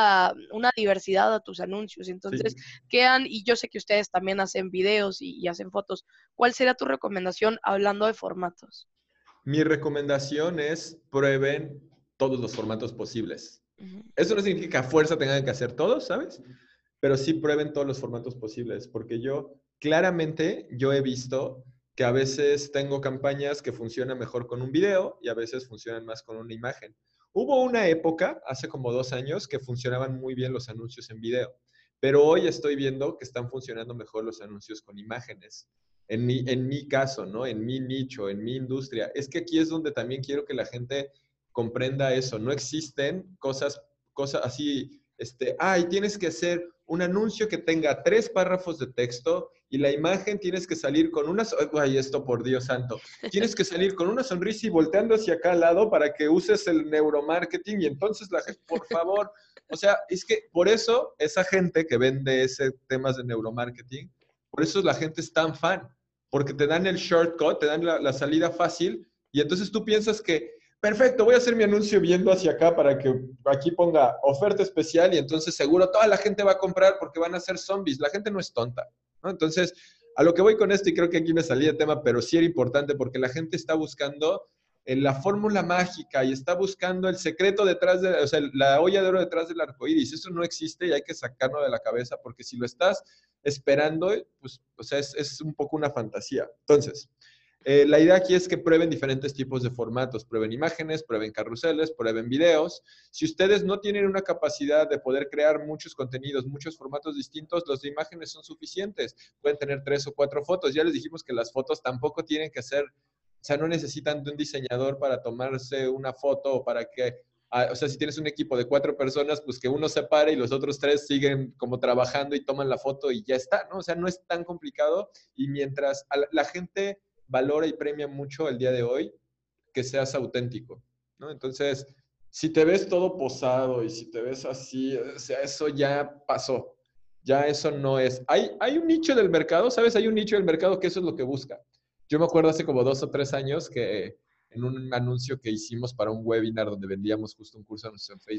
una diversidad a tus anuncios. Entonces, Sí. y yo sé que ustedes también hacen videos y hacen fotos. ¿Cuál sería tu recomendación hablando de formatos? Mi recomendación es prueben todos los formatos posibles. Ujú. Eso no significa que a fuerza tengan que hacer todos, ¿sabes? Pero sí prueben todos los formatos posibles, porque claramente, yo he visto que a veces tengo campañas que funcionan mejor con un video y a veces funcionan más con una imagen. Hubo una época, hace como 2 años, que funcionaban muy bien los anuncios en video, pero hoy estoy viendo que están funcionando mejor los anuncios con imágenes. En mi caso, ¿no? En mi nicho, en mi industria. Es que aquí es donde también quiero que la gente comprenda eso. No existen cosas así, y tienes que hacer un anuncio que tenga 3 párrafos de texto y la imagen tienes que salir con esto por Dios santo, tienes que salir con una sonrisa y volteando hacia acá al lado para que uses el neuromarketing y entonces la gente, por favor, o sea, es que por eso esa gente que vende ese temas de neuromarketing, por eso la gente es tan fan, porque te dan el shortcut, te dan la salida fácil y entonces tú piensas que perfecto, voy a hacer mi anuncio viendo hacia acá para que aquí ponga oferta especial y entonces seguro toda la gente va a comprar porque van a ser zombies. La gente no es tonta, ¿no? Entonces, a lo que voy con esto, y creo que aquí me salí de tema, pero sí era importante porque la gente está buscando la fórmula mágica y está buscando el secreto detrás o sea, la olla de oro detrás del arco iris. Eso no existe y hay que sacarlo de la cabeza porque si lo estás esperando, pues, o sea, es un poco una fantasía. Entonces, la idea aquí es que prueben diferentes tipos de formatos, prueben imágenes, prueben carruseles, prueben videos. Si ustedes no tienen una capacidad de poder crear muchos contenidos, muchos formatos distintos, los de imágenes son suficientes. Pueden tener 3 o 4 fotos. Ya les dijimos que las fotos tampoco tienen que ser, o sea, no necesitan de un diseñador para tomarse una foto o para que, o sea, si tienes un equipo de 4 personas, pues que uno se pare y los otros 3 siguen como trabajando y toman la foto y ya está, ¿no? O sea, no es tan complicado y mientras la gente valora y premia mucho el día de hoy que seas auténtico, ¿no? Entonces, si te ves todo posado y si te ves así, o sea, eso ya pasó. Ya eso no es. Hay un nicho del mercado, ¿sabes? Hay un nicho del mercado que eso es lo que busca. Yo me acuerdo hace como 2 o 3 años que en un anuncio que hicimos para un webinar donde vendíamos justo un curso de anuncio en Facebook,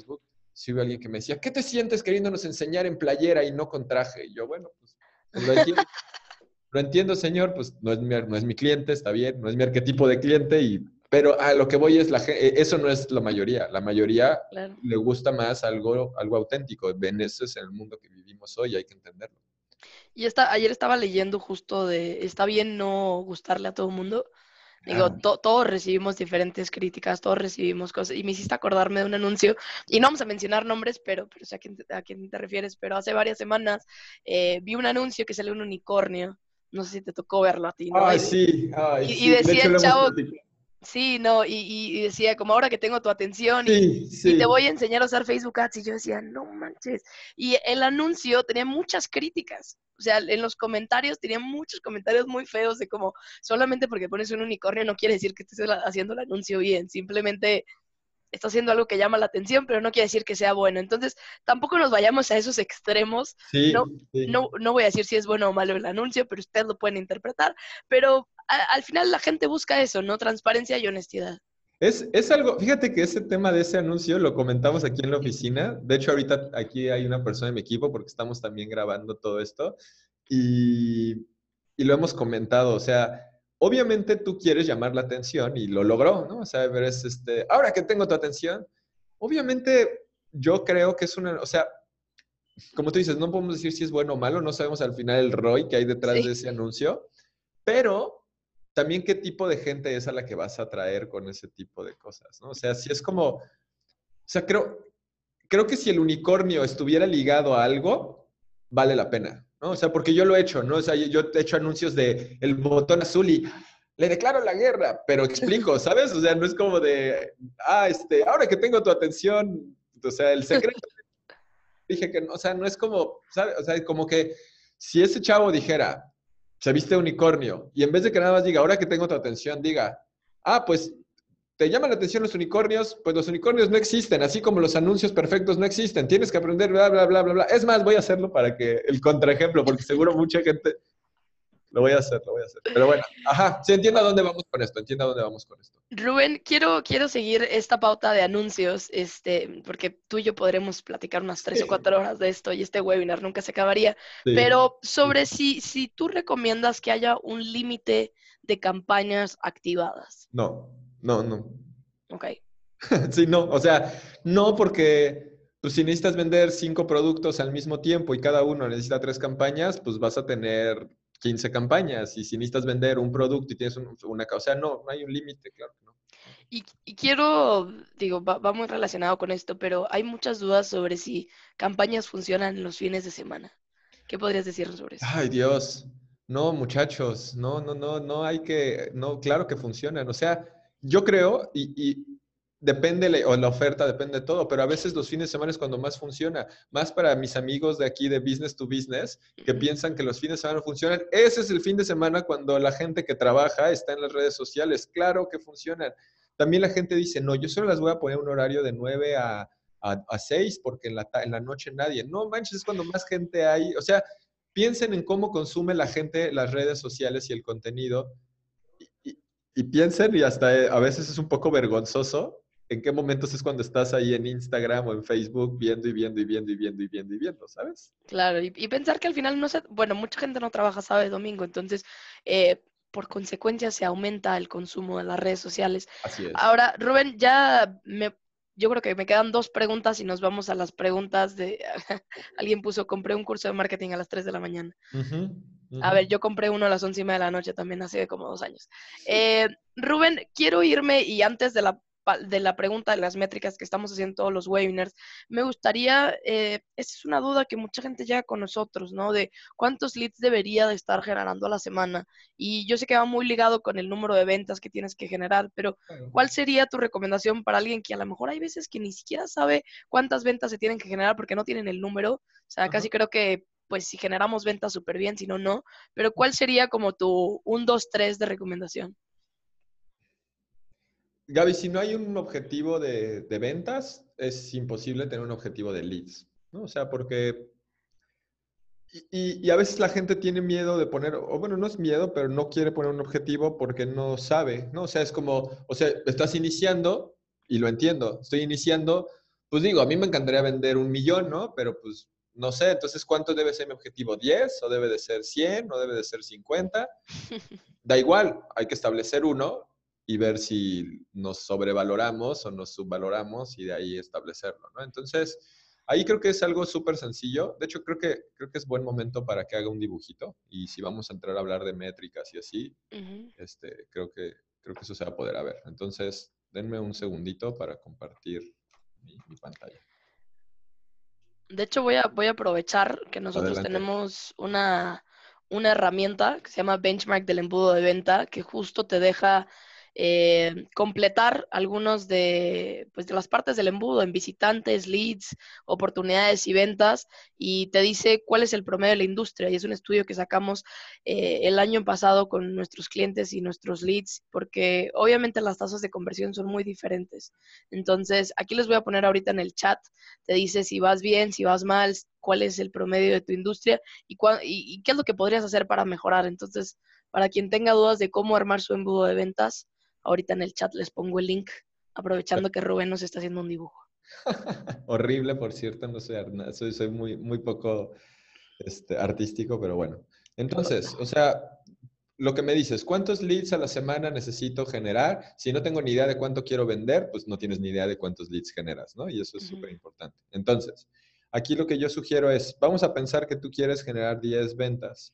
sí hubo alguien que me decía, ¿qué te sientes queriéndonos enseñar en playera y no con traje? Y yo, bueno, pues lo entiendo. Lo entiendo, señor, pues no es mi cliente, está bien, no es mi arquetipo de cliente, pero a lo que voy es, eso no es la mayoría. La mayoría Claro. le gusta más algo auténtico. En eso es el mundo que vivimos hoy, hay que entenderlo. Y ayer estaba leyendo justo de, está bien no gustarle a todo el mundo. Digo, Claro. todos recibimos diferentes críticas, todos recibimos cosas. Y me hiciste acordarme de un anuncio, y no vamos a mencionar nombres, pero sé a quién te refieres, pero hace varias semanas vi un anuncio que salió un unicornio. No sé si te tocó verlo a ti, ¿no? Ay, Y sí. De decía hecho, el lo hemos chavo, platicado. sí, no, y decía, como ahora que tengo tu atención Sí, y te sí. voy a enseñar a usar Facebook Ads, y yo decía, no manches. Y el anuncio tenía muchas críticas. O sea, en los comentarios tenía muchos comentarios muy feos de como, solamente porque pones un unicornio no quiere decir que estés haciendo el anuncio bien, simplemente está haciendo algo que llama la atención, pero no quiere decir que sea bueno. Entonces, tampoco nos vayamos a esos extremos. No, Sí, sí. no voy a decir si es bueno o malo el anuncio, pero ustedes lo pueden interpretar. Pero al final la gente busca eso, ¿no? Transparencia y honestidad. Es algo, fíjate que ese tema de ese anuncio lo comentamos aquí en la oficina. De hecho, ahorita aquí hay una persona en mi equipo porque estamos también grabando todo esto y, y lo hemos comentado. O sea, obviamente tú quieres llamar la atención y lo logró, ¿no? O sea, ves, ahora que tengo tu atención, obviamente yo creo que es una, o sea, como tú dices, no podemos decir si es bueno o malo, no sabemos al final el ROI que hay detrás de Sí, ese anuncio, pero también qué tipo de gente es a la que vas a atraer con ese tipo de cosas, ¿no? O sea, si es como, o sea, creo que si el unicornio estuviera ligado a algo, vale la pena, ¿no? O sea, porque yo lo he hecho, ¿no? O sea, yo he hecho anuncios de el botón azul y le declaro la guerra, pero explico, ¿sabes? O sea, no es como de, ahora que tengo tu atención, o sea, el secreto, dije que no, o sea, no es como, ¿sabes? O sea, como que si ese chavo dijera, se viste unicornio, y en vez de que nada más diga, ahora que tengo tu atención, diga, pues te llaman la atención los unicornios, pues los unicornios no existen, así como los anuncios perfectos no existen, tienes que aprender, bla, bla, bla, bla, bla. Es más, voy a hacerlo para que el contraejemplo, porque seguro mucha gente, lo voy a hacer, lo voy a hacer. Pero bueno, ajá, sí, entiendo a dónde vamos con esto, entiendo a dónde vamos con esto. Rubén, quiero seguir esta pauta de anuncios, porque tú y yo podremos platicar unas 3 o 4 horas de esto y este webinar nunca se acabaría, Sí. pero sobre si tú recomiendas que haya un límite de campañas activadas. No, no, no. Ok, Sí, no, o sea, no porque pues, si necesitas vender 5 productos al mismo tiempo y cada uno necesita 3 campañas, pues vas a tener 15 campañas. Y si necesitas vender un producto y tienes o sea, no hay un límite, claro que no. y quiero, digo, va muy relacionado con esto, pero hay muchas dudas sobre si campañas funcionan los fines de semana. ¿Qué podrías decirnos sobre eso? Ay, Dios. No, muchachos, no hay que, no, claro que funcionan. O sea, yo creo, y depende, o la oferta, depende de todo, pero a veces los fines de semana es cuando más funciona. Más para mis amigos de aquí de Business to Business, que Ujú. piensan que los fines de semana no funcionan. Ese es el fin de semana cuando la gente que trabaja está en las redes sociales. Claro que funcionan. También la gente dice, no, yo solo las voy a poner un horario de 9 a 6 porque en la noche nadie. No manches, es cuando más gente hay. O sea, piensen en cómo consume la gente las redes sociales y el contenido y piensen, y hasta a veces es un poco vergonzoso, en qué momentos es cuando estás ahí en Instagram o en Facebook viendo y viendo y viendo y viendo y viendo y viendo, ¿sabes? Claro, y pensar que al final no se, bueno, mucha gente no trabaja sábado y domingo, entonces eh, por consecuencia se aumenta el consumo de las redes sociales. Así es. Ahora, Rubén, yo creo que me quedan 2 preguntas y nos vamos a las preguntas de, alguien puso, compré un curso de marketing a las 3 de la mañana. Ujú, A ujú. ver, yo compré uno a las 11:30 de la noche también hace como 2 años. Rubén, quiero irme y antes de la pregunta de las métricas que estamos haciendo todos los webinars, me gustaría, esa es una duda que mucha gente llega con nosotros, ¿no? De cuántos leads debería de estar generando a la semana. Y yo sé que va muy ligado con el número de ventas que tienes que generar, pero Claro. ¿cuál sería tu recomendación para alguien que a lo mejor hay veces que ni siquiera sabe cuántas ventas se tienen que generar porque no tienen el número? O sea, Ajá. casi creo que pues si generamos ventas súper bien, si no, no. Pero ¿cuál sería como tu 1, 2, 3 de recomendación? Gaby, si no hay un objetivo de ventas, es imposible tener un objetivo de leads, ¿no? O sea, porque y a veces la gente tiene miedo de poner, o bueno, no es miedo, pero no quiere poner un objetivo porque no sabe, ¿no? O sea, es como, o sea, estás iniciando, y lo entiendo, estoy iniciando, pues digo, a mí me encantaría vender 1 millón, ¿no? Pero pues no sé, entonces ¿cuánto debe ser mi objetivo? ¿10? ¿O debe de ser 100? ¿O debe de ser 50? Da igual, hay que establecer uno y ver si nos sobrevaloramos o nos subvaloramos y de ahí establecerlo, ¿no? Entonces, ahí creo que es algo súper sencillo. De hecho, creo que es buen momento para que haga un dibujito y si vamos a entrar a hablar de métricas y así, Ujú. creo que eso se va a poder ver. Entonces, denme un segundito para compartir mi pantalla. De hecho, voy a aprovechar que nosotros Adelante. tenemos una herramienta que se llama Benchmark del embudo de venta, que justo te deja completar algunos pues, de las partes del embudo en visitantes, leads, oportunidades y ventas, y te dice cuál es el promedio de la industria. Y es un estudio que sacamos el año pasado con nuestros clientes y nuestros leads, porque obviamente las tasas de conversión son muy diferentes. Entonces, aquí les voy a poner ahorita en el chat, te dice si vas bien, si vas mal, cuál es el promedio de tu industria y qué es lo que podrías hacer para mejorar. Entonces, para quien tenga dudas de cómo armar su embudo de ventas, ahorita en el chat les pongo el link, aprovechando que Rubén nos está haciendo un dibujo. Horrible, por cierto, no soy muy, muy poco artístico, pero bueno. Entonces, o sea, lo que me dices, ¿cuántos leads a la semana necesito generar? Si no tengo ni idea de cuánto quiero vender, pues no tienes ni idea de cuántos leads generas, ¿no? Y eso es Ujú. súper importante. Entonces, aquí lo que yo sugiero es, vamos a pensar que tú quieres generar 10 ventas.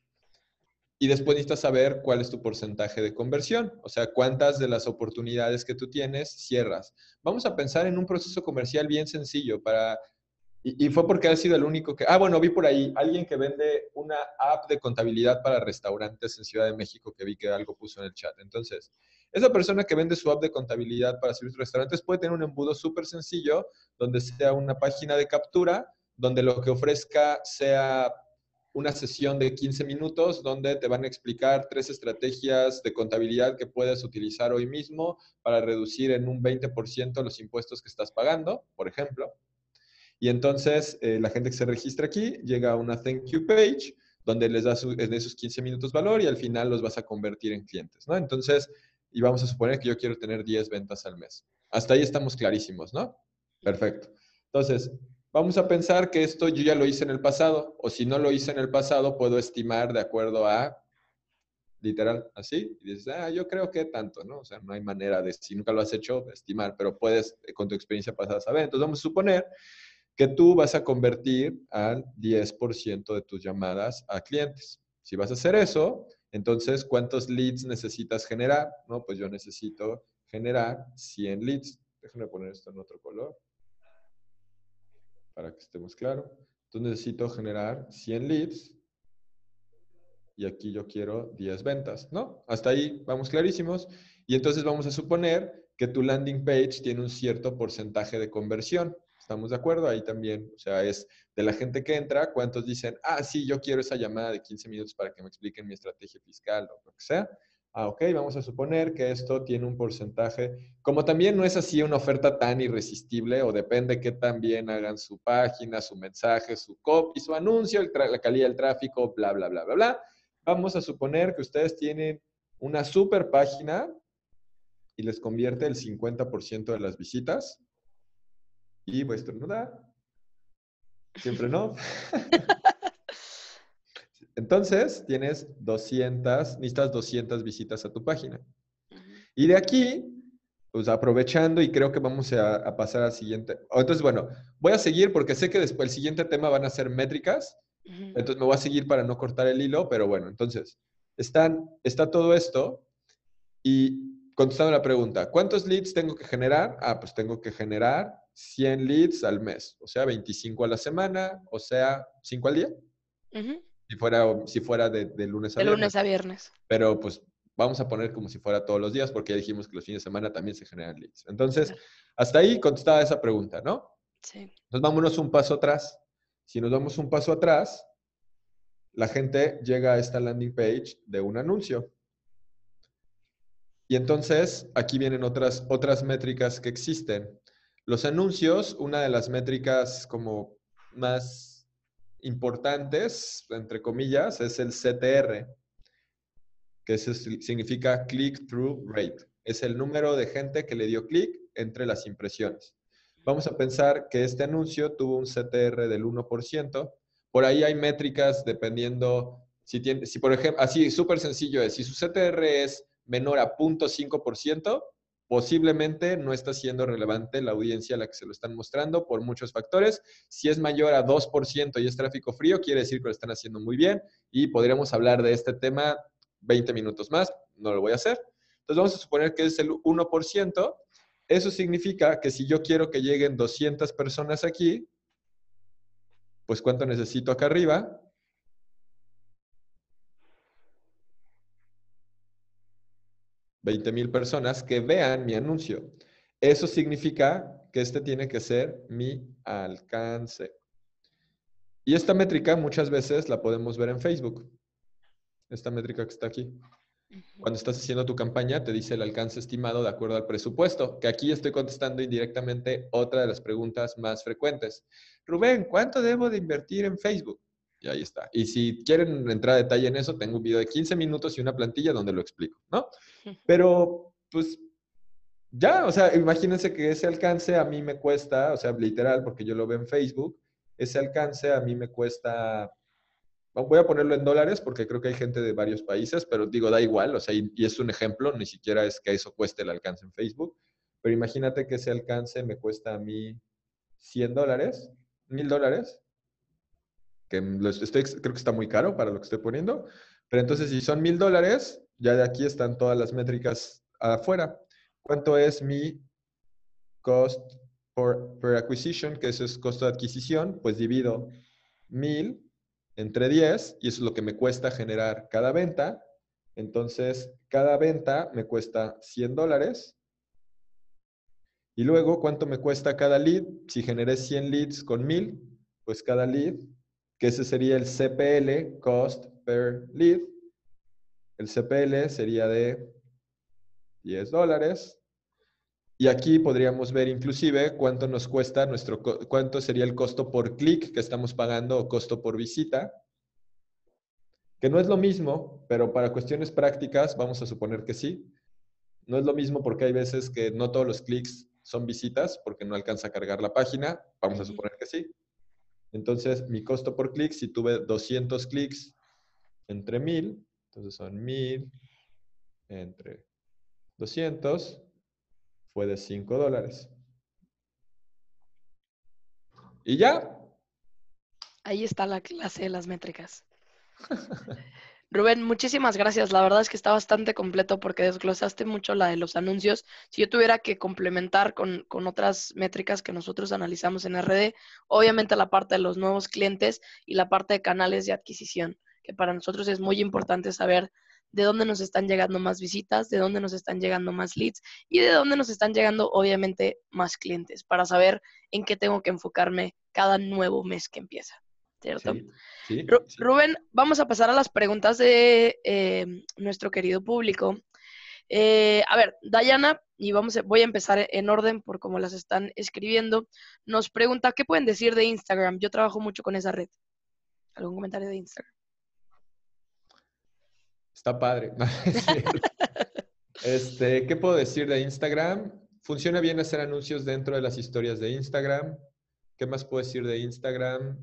Y después necesitas saber cuál es tu porcentaje de conversión, o sea, cuántas de las oportunidades que tú tienes cierras. Vamos a pensar en un proceso comercial bien sencillo y fue porque ha sido el único que... bueno, vi por ahí alguien que vende una app de contabilidad para restaurantes en Ciudad de México que vi que algo puso en el chat. Entonces, esa persona que vende su app de contabilidad para servicios restaurantes puede tener un embudo súper sencillo donde sea una página de captura, donde lo que ofrezca sea una sesión de 15 minutos donde te van a explicar 3 estrategias de contabilidad que puedes utilizar hoy mismo para reducir en un 20% los impuestos que estás pagando, por ejemplo. Y entonces la gente que se registra aquí llega a una thank you page donde les das en esos 15 minutos valor y al final los vas a convertir en clientes, ¿no? Entonces, y vamos a suponer que yo quiero tener 10 ventas al mes. Hasta ahí estamos clarísimos, ¿no? Perfecto. Entonces, vamos a pensar que esto yo ya lo hice en el pasado, o si no lo hice en el pasado, puedo estimar de acuerdo a, literal, así, y dices, yo creo que tanto, ¿no? O sea, no hay manera de, si nunca lo has hecho, estimar, pero puedes con tu experiencia pasada saber. Entonces, vamos a suponer que tú vas a convertir al 10% de tus llamadas a clientes. Si vas a hacer eso, entonces, ¿cuántos leads necesitas generar? No, pues yo necesito generar 100 leads. Déjame poner esto en otro color para que estemos claros. Entonces necesito generar 100 leads y aquí yo quiero 10 ventas, ¿no? Hasta ahí vamos clarísimos. Y entonces vamos a suponer que tu landing page tiene un cierto porcentaje de conversión. ¿Estamos de acuerdo? Ahí también, o sea, es de la gente que entra, ¿cuántos dicen, sí, yo quiero esa llamada de 15 minutos para que me expliquen mi estrategia fiscal o lo que sea? Ok, vamos a suponer que esto tiene un porcentaje, como también no es así una oferta tan irresistible o depende qué tan bien hagan su página, su mensaje, su copy, su anuncio, la calidad del tráfico, bla, bla, bla, bla, bla. Vamos a suponer que ustedes tienen una super página y les convierte el 50% de las visitas y voy a estornudar. Siempre no. Entonces, necesitas 200 visitas a tu página. Ujú. Y de aquí, pues aprovechando y creo que vamos a pasar al siguiente. Entonces, bueno, voy a seguir porque sé que después el siguiente tema van a ser métricas. Ujú. Entonces me voy a seguir para no cortar el hilo, pero bueno, entonces, está todo esto y contestando la pregunta, ¿cuántos leads tengo que generar? Pues tengo que generar 100 leads al mes, o sea, 25 a la semana, o sea, 5 al día, Ujú. si fuera de lunes a De viernes. lunes a viernes. Pero pues vamos a poner como si fuera todos los días, porque ya dijimos que los fines de semana también se generan leads. Entonces, Claro. hasta ahí contestada esa pregunta, ¿no? Sí. Entonces, vámonos un paso atrás. Si nos vamos un paso atrás, la gente llega a esta landing page de un anuncio. Y entonces, aquí vienen otras métricas que existen. Los anuncios, una de las métricas como más importantes, entre comillas, es el CTR, que Significa Click-Through Rate. Es el número de gente que le dio clic entre las impresiones. Vamos a pensar que este anuncio tuvo un CTR del 1%. Por ahí hay métricas dependiendo, si por ejemplo, así súper sencillo es, si su CTR es menor a 0.5%, posiblemente no está siendo relevante la audiencia a la que se lo están mostrando por muchos factores. Si es mayor a 2% y es tráfico frío, quiere decir que lo están haciendo muy bien y podríamos hablar de este tema 20 minutos más, no lo voy a hacer. Entonces vamos a suponer que es el 1%. Eso significa que si yo quiero que lleguen 200 personas aquí, pues ¿cuánto necesito acá arriba? 20,000 personas que vean mi anuncio. Eso significa que este tiene que ser mi alcance. Y esta métrica muchas veces la podemos ver en Facebook. Esta métrica que está aquí. Cuando estás haciendo tu campaña, te dice el alcance estimado de acuerdo al presupuesto, que aquí estoy contestando indirectamente otra de las preguntas más frecuentes. Rubén, ¿cuánto debo de invertir en Facebook? Y ahí está. Y si quieren entrar a detalle en eso, tengo un video de 15 minutos y una plantilla donde lo explico, ¿no? Pero, pues, ya, o sea, imagínense que ese alcance a mí me cuesta, o sea, literal, porque yo lo veo en Facebook, ese alcance a mí me cuesta. Voy a ponerlo en dólares porque creo que hay gente de varios países, pero digo, da igual, o sea, y es un ejemplo, ni siquiera es que eso cueste el alcance en Facebook, pero imagínate que ese alcance me cuesta a mí $100, $1,000, que creo que está muy caro para lo que estoy poniendo, pero entonces si son $1,000, ya de aquí están todas las métricas afuera. ¿Cuánto es mi cost per acquisition? Que eso es costo de adquisición, pues divido 1,000 entre 10 y eso es lo que me cuesta generar cada venta. Entonces, cada venta me cuesta $100. Y luego, ¿cuánto me cuesta cada lead? Si generé 100 leads con 1,000, pues cada lead, que ese sería el CPL, cost per lead. El CPL sería de $10. Y aquí podríamos ver inclusive cuánto nos cuesta cuánto sería el costo por clic que estamos pagando o costo por visita. Que no es lo mismo, pero para cuestiones prácticas vamos a suponer que sí. No es lo mismo porque hay veces que no todos los clics son visitas porque no alcanza a cargar la página. Vamos a suponer que sí. Entonces, mi costo por clic, si tuve 200 clics entre 1,000, entonces son 1,000 entre 200, fue de $5. Y ya. Ahí está la clase de las métricas. Rubén, muchísimas gracias. La verdad es que está bastante completo porque desglosaste mucho la de los anuncios. Si yo tuviera que complementar con otras métricas que nosotros analizamos en RD, obviamente la parte de los nuevos clientes y la parte de canales de adquisición, que para nosotros es muy importante saber de dónde nos están llegando más visitas, de dónde nos están llegando más leads y de dónde nos están llegando, obviamente, más clientes, para saber en qué tengo que enfocarme cada nuevo mes que empieza, ¿cierto? Sí, sí, sí. Rubén, vamos a pasar a las preguntas de nuestro querido público. A ver, Dayana, y voy a empezar en orden por cómo las están escribiendo, nos pregunta, ¿qué pueden decir de Instagram? Yo trabajo mucho con esa red. ¿Algún comentario de Instagram? Está padre. ¿Qué puedo decir de Instagram? Funciona bien hacer anuncios dentro de las historias de Instagram. ¿Qué más puedo decir de Instagram?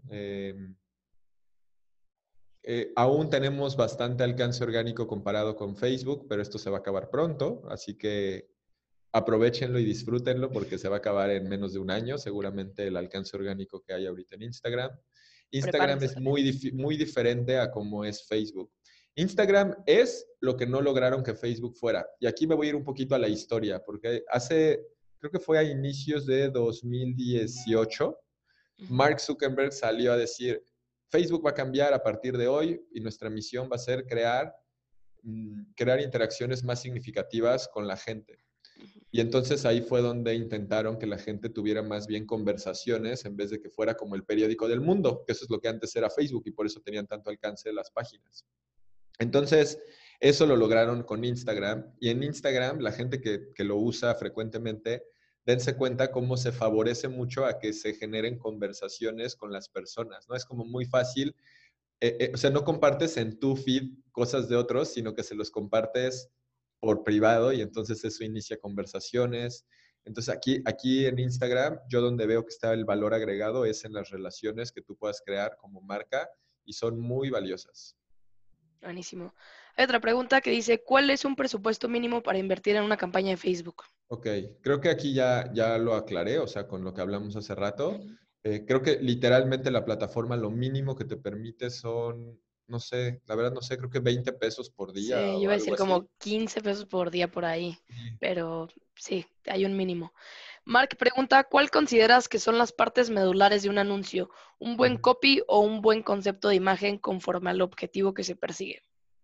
Aún tenemos bastante alcance orgánico comparado con Facebook, pero esto se va a acabar pronto, así que aprovéchenlo y disfrútenlo porque se va a acabar en menos de un año, seguramente el alcance orgánico que hay ahorita en Instagram. Instagram Prepárense es también. muy diferente a cómo es Facebook. Instagram es lo que no lograron que Facebook fuera. Y aquí me voy a ir un poquito a la historia, porque creo que fue a inicios de 2018, Mark Zuckerberg salió a decir, Facebook va a cambiar a partir de hoy y nuestra misión va a ser crear interacciones más significativas con la gente. Y entonces ahí fue donde intentaron que la gente tuviera más bien conversaciones en vez de que fuera como el periódico del mundo, que eso es lo que antes era Facebook y por eso tenían tanto alcance de las páginas. Entonces, eso lo lograron con Instagram y en Instagram la gente que lo usa frecuentemente, dense cuenta cómo se favorece mucho a que se generen conversaciones con las personas, ¿no? Es como muy fácil, o sea, no compartes en tu feed cosas de otros, sino que se los compartes por privado y entonces eso inicia conversaciones. Entonces, aquí en Instagram, yo donde veo que está el valor agregado es en las relaciones que tú puedas crear como marca y son muy valiosas. Buenísimo. Hay otra pregunta que dice, ¿cuál es un presupuesto mínimo para invertir en una campaña de Facebook? Ok, creo que aquí ya lo aclaré, o sea, con lo que hablamos hace rato. Creo que literalmente la plataforma lo mínimo que te permite son, no sé, la verdad no sé, creo que 20 pesos por Sí, día yo o iba a algo decir como así. 15 pesos por día por ahí, Sí. pero sí, hay un mínimo. Mark pregunta, ¿cuál consideras que son las partes medulares de un anuncio? ¿Un buen Ujú. copy o un buen concepto de imagen conforme al objetivo que se persigue?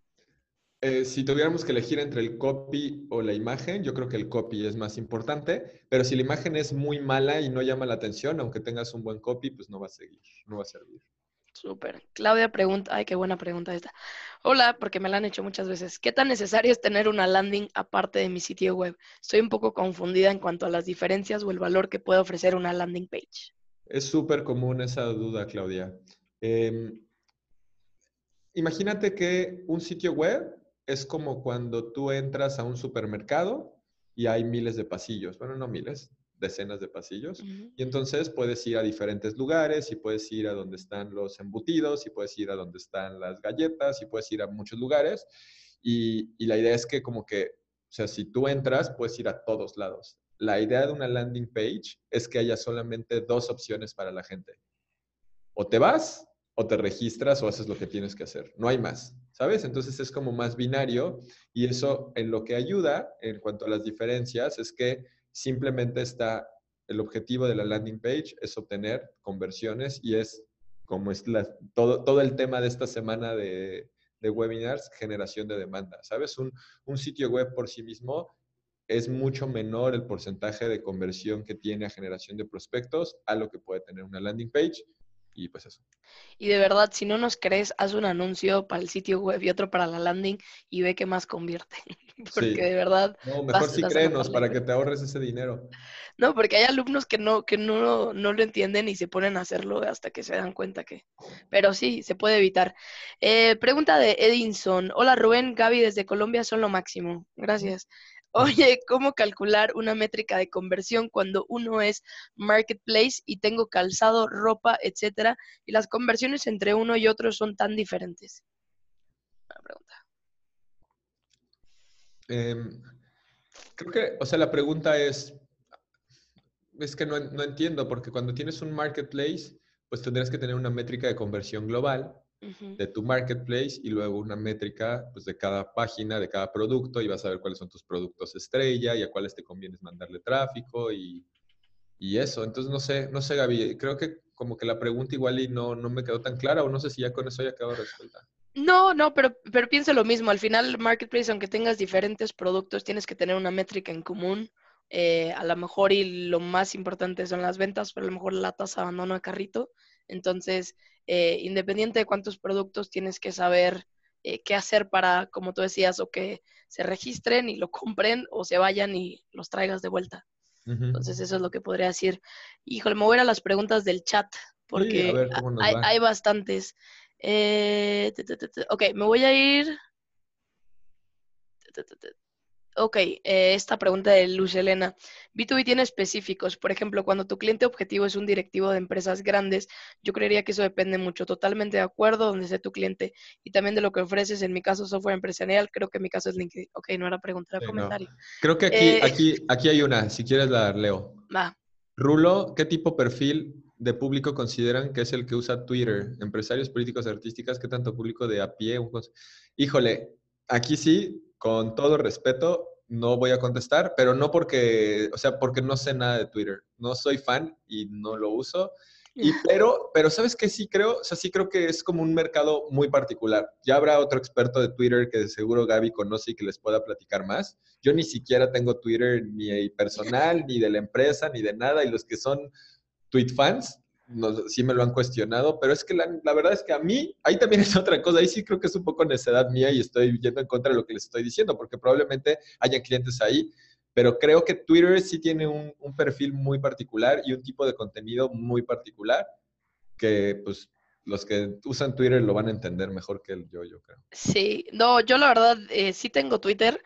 Si tuviéramos que elegir entre el copy o la imagen, yo creo que el copy es más importante, pero si la imagen es muy mala y no llama la atención, aunque tengas un buen copy, pues no va a seguir, no va a servir. Súper. Claudia pregunta, ay, qué buena pregunta esta. Hola, porque me la han hecho muchas veces. ¿Qué tan necesario es tener una landing aparte de mi sitio web? Estoy un poco confundida en cuanto a las diferencias o el valor que puede ofrecer una landing page. Es súper común esa duda, Claudia. Em, Imagínate que un sitio web es como cuando tú entras a un supermercado y hay miles de pasillos. Bueno, no miles, decenas de pasillos. Ujú. Y entonces puedes ir a diferentes lugares y puedes ir a donde están los embutidos y puedes ir a donde están las galletas y puedes ir a muchos lugares. Y la idea es que como que, o sea, si tú entras, puedes ir a todos lados. La idea de una landing page es que haya solamente dos opciones para la gente. O te vas, o te registras, o haces lo que tienes que hacer. No hay más, ¿sabes? Entonces es como más binario y eso en lo que ayuda en cuanto a las diferencias es que simplemente está el objetivo de la landing page es obtener conversiones y es como es todo el tema de esta semana de webinars, generación de demanda, ¿sabes? Un sitio web por sí mismo es mucho menor el porcentaje de conversión que tiene a generación de prospectos a lo que puede tener una landing page. Y pues eso. Y de verdad, si no nos crees, haz un anuncio para el sitio web y otro para la landing y ve qué más convierte. Porque Sí. de verdad No, mejor vas, sí vas a créenos notar la para que te diferencia. ahorres ese dinero. No, porque hay alumnos que no lo entienden y se ponen a hacerlo hasta que se dan cuenta que. Pero sí, se puede evitar. Pregunta de Edinson. Hola Rubén, Gaby desde Colombia son lo máximo. Gracias. Oye, ¿cómo calcular una métrica de conversión cuando uno es marketplace y tengo calzado, ropa, etcétera, y las conversiones entre uno y otro son tan diferentes? Buena pregunta. Em, Creo que, o sea, la pregunta es que no entiendo, porque cuando tienes un marketplace, pues tendrías que tener una métrica de conversión global Ujú. de tu marketplace y luego una métrica pues, de cada página, de cada producto, y vas a ver cuáles son tus productos estrella y a cuáles te conviene mandarle tráfico y eso. Entonces, no sé, Gaby, creo que como que la pregunta igual y no me quedó tan clara, o no sé si ya con eso ya quedó resuelta. No, no, pero piensa lo mismo. Al final, el marketplace, aunque tengas diferentes productos, tienes que tener una métrica en común. A lo mejor, y lo más importante son las ventas, pero a lo mejor la tasa de abandono de carrito. Entonces, independiente de cuántos productos, tienes que saber qué hacer para, como tú decías, o que se registren y lo compren, o se vayan y los traigas de vuelta. Ujú. Entonces, eso es lo que podría decir. Híjole, me voy a ir a las preguntas del chat, Sí, a porque ver cómo nos hay va. bastantes. Ok, me voy a ir. te, te, te, Ok, esta pregunta de Luz Elena. B2B tiene específicos. Por ejemplo, cuando tu cliente objetivo es un directivo de empresas grandes, yo creería que eso depende mucho. Totalmente de acuerdo donde esté tu cliente y también de lo que ofreces. En mi caso, software empresarial, creo que en mi caso es LinkedIn. Ok, no era pregunta, era Sí, no. comentario. Creo que aquí, Eh, aquí, aquí hay una, si quieres la leo. va. Rulo, ¿qué tipo de perfil de público consideran que es el que usa Twitter? Empresarios, políticos, artísticas, ¿qué tanto público de a pie? Híjole, aquí sí, con todo respeto, no voy a contestar, pero no porque, o sea, porque no sé nada de Twitter. No soy fan y no lo uso. Pero ¿sabes qué? Sí creo, o sea, sí creo que es como un mercado muy particular. Ya habrá otro experto de Twitter que de seguro Gaby conoce y que les pueda platicar más. Yo ni siquiera tengo Twitter ni personal, ni de la empresa, ni de nada, y los que son tweet fans, no, sí me lo han cuestionado, pero es que la verdad es que a mí, ahí también es otra cosa, ahí sí creo que es un poco necedad mía y estoy yendo en contra de lo que les estoy diciendo, porque probablemente haya clientes ahí, pero creo que Twitter sí tiene un perfil muy particular y un tipo de contenido muy particular que pues los que usan Twitter lo van a entender mejor que yo creo. Sí, no, yo la verdad sí tengo Twitter.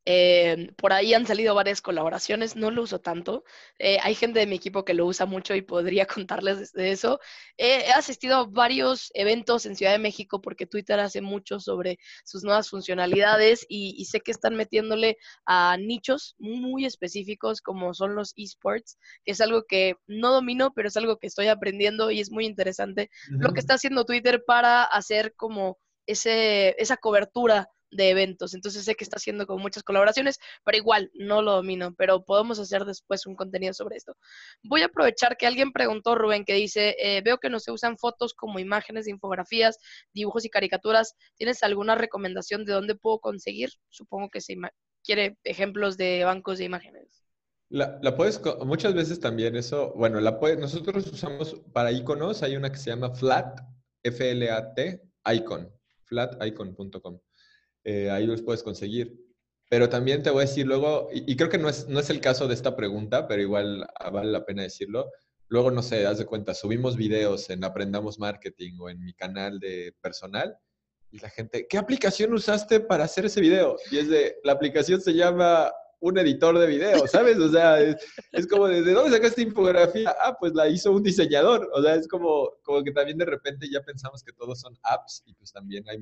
Por ahí han salido varias colaboraciones, no lo uso tanto. Hay gente de mi equipo que lo usa mucho y podría contarles de eso. He asistido a varios eventos en Ciudad de México porque Twitter hace mucho sobre sus nuevas funcionalidades y sé que están metiéndole a nichos muy específicos como son los esports, que es algo que no domino, pero es algo que estoy aprendiendo y es muy interesante lo que está haciendo Twitter para hacer como esa cobertura de eventos. Entonces sé que está haciendo como muchas colaboraciones, pero igual no lo domino, pero podemos hacer después un contenido sobre esto. Voy a aprovechar que alguien preguntó, Rubén, que dice, veo que no se usan fotos como imágenes de infografías, dibujos y caricaturas. ¿Tienes alguna recomendación de dónde puedo conseguir? Supongo que se quiere ejemplos de bancos de imágenes. Muchas veces también eso, bueno, nosotros usamos para iconos, hay una que se llama Flat, F-L-A-T, Icon, flaticon.com. Ahí los puedes conseguir. Pero también te voy a decir luego, y creo que no es el caso de esta pregunta, pero igual vale la pena decirlo. Luego, no sé, haz de cuenta, subimos videos en Aprendamos Marketing o en mi canal de personal y la gente, ¿qué aplicación usaste para hacer ese video? Y la aplicación se llama un editor de video, ¿sabes? O sea, es como, ¿de dónde sacaste infografía? Ah, pues la hizo un diseñador. O sea, es como que también de repente ya pensamos que todos son apps y pues también hay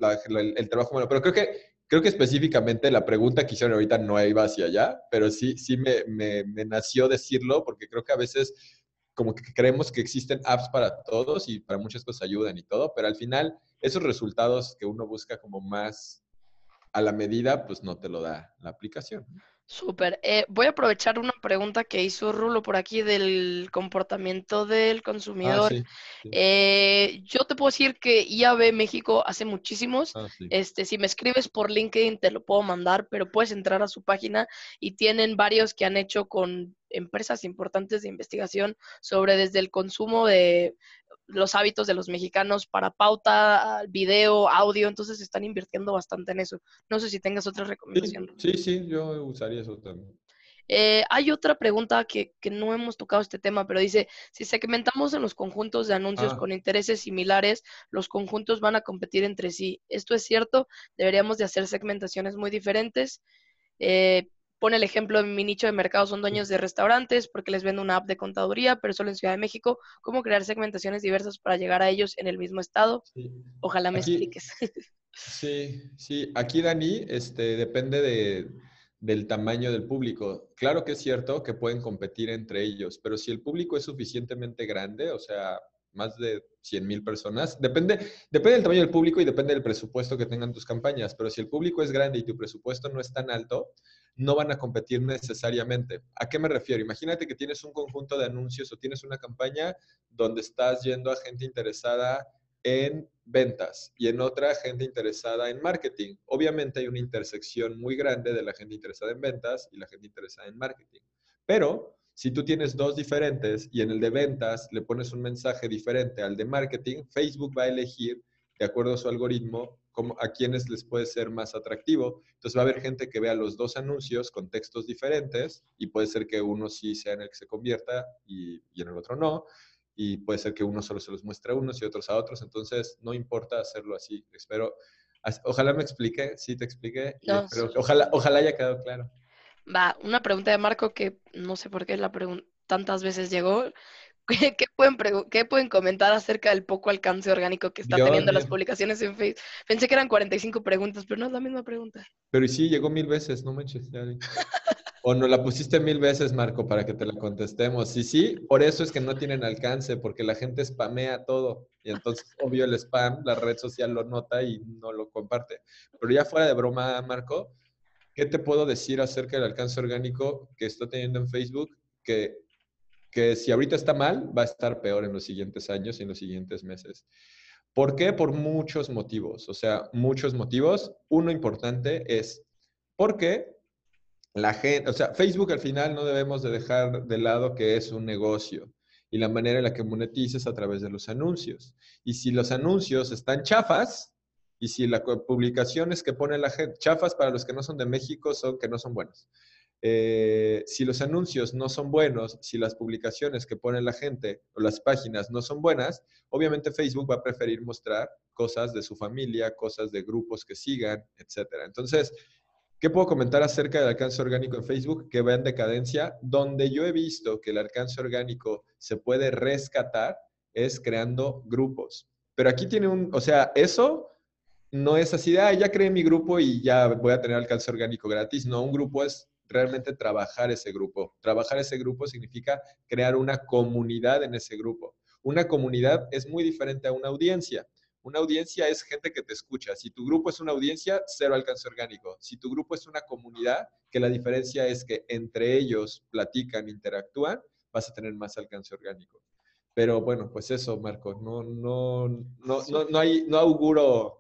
el trabajo humano. Pero creo que específicamente la pregunta que hicieron ahorita no iba hacia allá, pero sí me nació decirlo porque creo que a veces como que creemos que existen apps para todos y para muchas cosas ayudan y todo, pero al final esos resultados que uno busca como más a la medida, pues no te lo da la aplicación. Súper. Voy a aprovechar una pregunta que hizo Rulo por aquí del comportamiento del Ah, consumidor. sí. Sí. Yo te puedo decir que IAB México hace muchísimos. Ah, sí. Si me escribes por LinkedIn te lo puedo mandar, pero puedes entrar a su página y tienen varios que han hecho con empresas importantes de investigación sobre desde el consumo de los hábitos de los mexicanos para pauta, video, audio, entonces están invirtiendo bastante en eso. No sé si tengas otra recomendación. Sí, sí, sí, yo usaría eso también. Hay otra pregunta que no hemos tocado este tema, pero dice, si segmentamos en los conjuntos de anuncios Ah, con intereses similares, los conjuntos van a competir entre sí. ¿Esto es cierto? ¿Deberíamos de hacer segmentaciones muy diferentes? Eh, Pone el ejemplo, en mi nicho de mercado son sí, dueños de restaurantes porque les vendo una app de contaduría, pero solo en Ciudad de México. ¿Cómo crear segmentaciones diversas para llegar a ellos en el mismo estado? sí. Ojalá me Aquí, expliques. sí, sí. Aquí, Dani, depende del tamaño del público. Claro que es cierto que pueden competir entre ellos, pero si el público es suficientemente grande, o sea, más de 100,000 personas, depende del tamaño del público y depende del presupuesto que tengan tus campañas, pero si el público es grande y tu presupuesto no es tan alto, no van a competir necesariamente. ¿A qué me refiero? Imagínate que tienes un conjunto de anuncios o tienes una campaña donde estás yendo a gente interesada en ventas y en otra gente interesada en marketing. Obviamente hay una intersección muy grande de la gente interesada en ventas y la gente interesada en marketing. Pero si tú tienes dos diferentes y en el de ventas le pones un mensaje diferente al de marketing, Facebook va a elegir, de acuerdo a su algoritmo, a quienes les puede ser más atractivo. Entonces va a haber gente que vea los dos anuncios con textos diferentes y puede ser que uno sí sea en el que se convierta y en el otro no. Y puede ser que uno solo se los muestre a unos y otros a otros. Entonces no importa hacerlo así. Espero, ojalá me explique, sí te explique y No, espero, ojalá haya quedado claro. va, una pregunta de Marco que no sé por qué la tantas veces llegó. ¿Qué pueden comentar acerca del poco alcance orgánico que está Dios teniendo las mío. publicaciones en Facebook? Pensé que eran 45 preguntas, pero no es la misma pregunta. Pero y sí, llegó 1,000 veces, no manches. O nos la pusiste 1,000 veces, Marco, para que te la contestemos. Y sí, por eso es que no tienen alcance, porque la gente spamea todo. Y entonces, obvio, el spam, la red social lo nota y no lo comparte. Pero ya fuera de broma, Marco, ¿qué te puedo decir acerca del alcance orgánico que está teniendo en Facebook? Que si ahorita está mal, va a estar peor en los siguientes años y en los siguientes meses. ¿Por qué? Por muchos motivos. O sea, muchos motivos. Uno importante es porque la gente, o sea, Facebook al final no debemos de dejar de lado que es un negocio y la manera en la que monetizas a través de los anuncios. Y si los anuncios están chafas y si las publicaciones que pone la gente, chafas para los que no son de México son que no son buenos. Si los anuncios no son buenos, si las publicaciones que pone la gente o las páginas no son buenas, obviamente Facebook va a preferir mostrar cosas de su familia, cosas de grupos que sigan, etcétera. Entonces, ¿Qué puedo comentar acerca del alcance orgánico en Facebook? Que va en decadencia. Donde yo he visto que el alcance orgánico se puede rescatar es creando grupos. Pero aquí tiene o sea, eso no es así de, ya creé mi grupo y ya voy a tener alcance orgánico gratis. No, un grupo es realmente trabajar ese grupo. Trabajar ese grupo significa crear una comunidad en ese grupo. Una comunidad es muy diferente a una audiencia. Una audiencia es gente que te escucha. Si tu grupo es una audiencia, cero alcance orgánico. Si tu grupo es una comunidad, que la diferencia es que entre ellos platican, interactúan, vas a tener más alcance orgánico. Pero bueno, pues eso, Marco, no auguro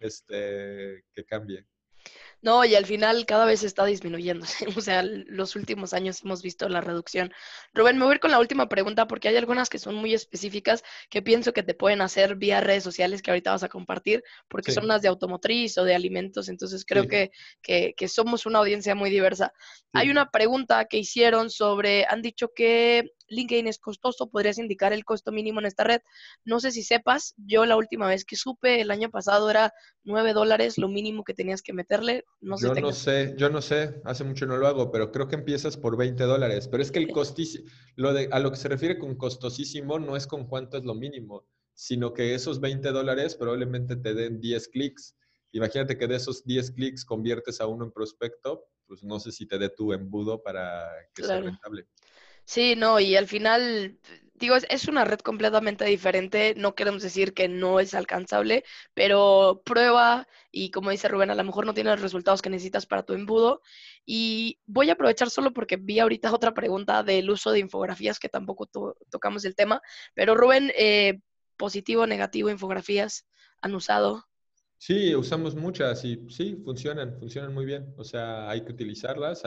que cambie. No, y al final cada vez está disminuyéndose. O sea, los últimos años hemos visto la reducción. Rubén, me voy a ir con la última pregunta porque hay algunas que son muy específicas que pienso que te pueden hacer vía redes sociales que ahorita vas a compartir, porque son Sí, las de automotriz o de alimentos. Entonces creo sí, que somos una audiencia muy diversa. Hay sí. una pregunta que hicieron sobre, han dicho que LinkedIn es costoso, ¿podrías indicar el costo mínimo en esta red? No sé si sepas, yo la última vez que supe, el año pasado era $9 lo mínimo que tenías que meterle. No sé si tengas. Yo no sé, hace mucho no lo hago, pero creo que empiezas por $20. Pero es que el Ok, costísimo, a lo que se refiere con costosísimo no es con cuánto es lo mínimo, sino que esos $20 probablemente te den 10 clics. Imagínate que de esos 10 clics conviertes a uno en prospecto, pues no sé si te dé tu embudo para que sea claro. rentable. Sí, no, y al final, digo, es una red completamente diferente. No queremos decir que no es alcanzable, pero prueba y como dice Rubén, a lo mejor no tiene los resultados que necesitas para tu embudo. Y voy a aprovechar solo porque vi ahorita otra pregunta del uso de infografías que tampoco tocamos el tema. Pero Rubén, positivo, negativo, infografías, ¿han usado? Sí, usamos muchas y sí, funcionan muy bien. O sea, hay que utilizarlas,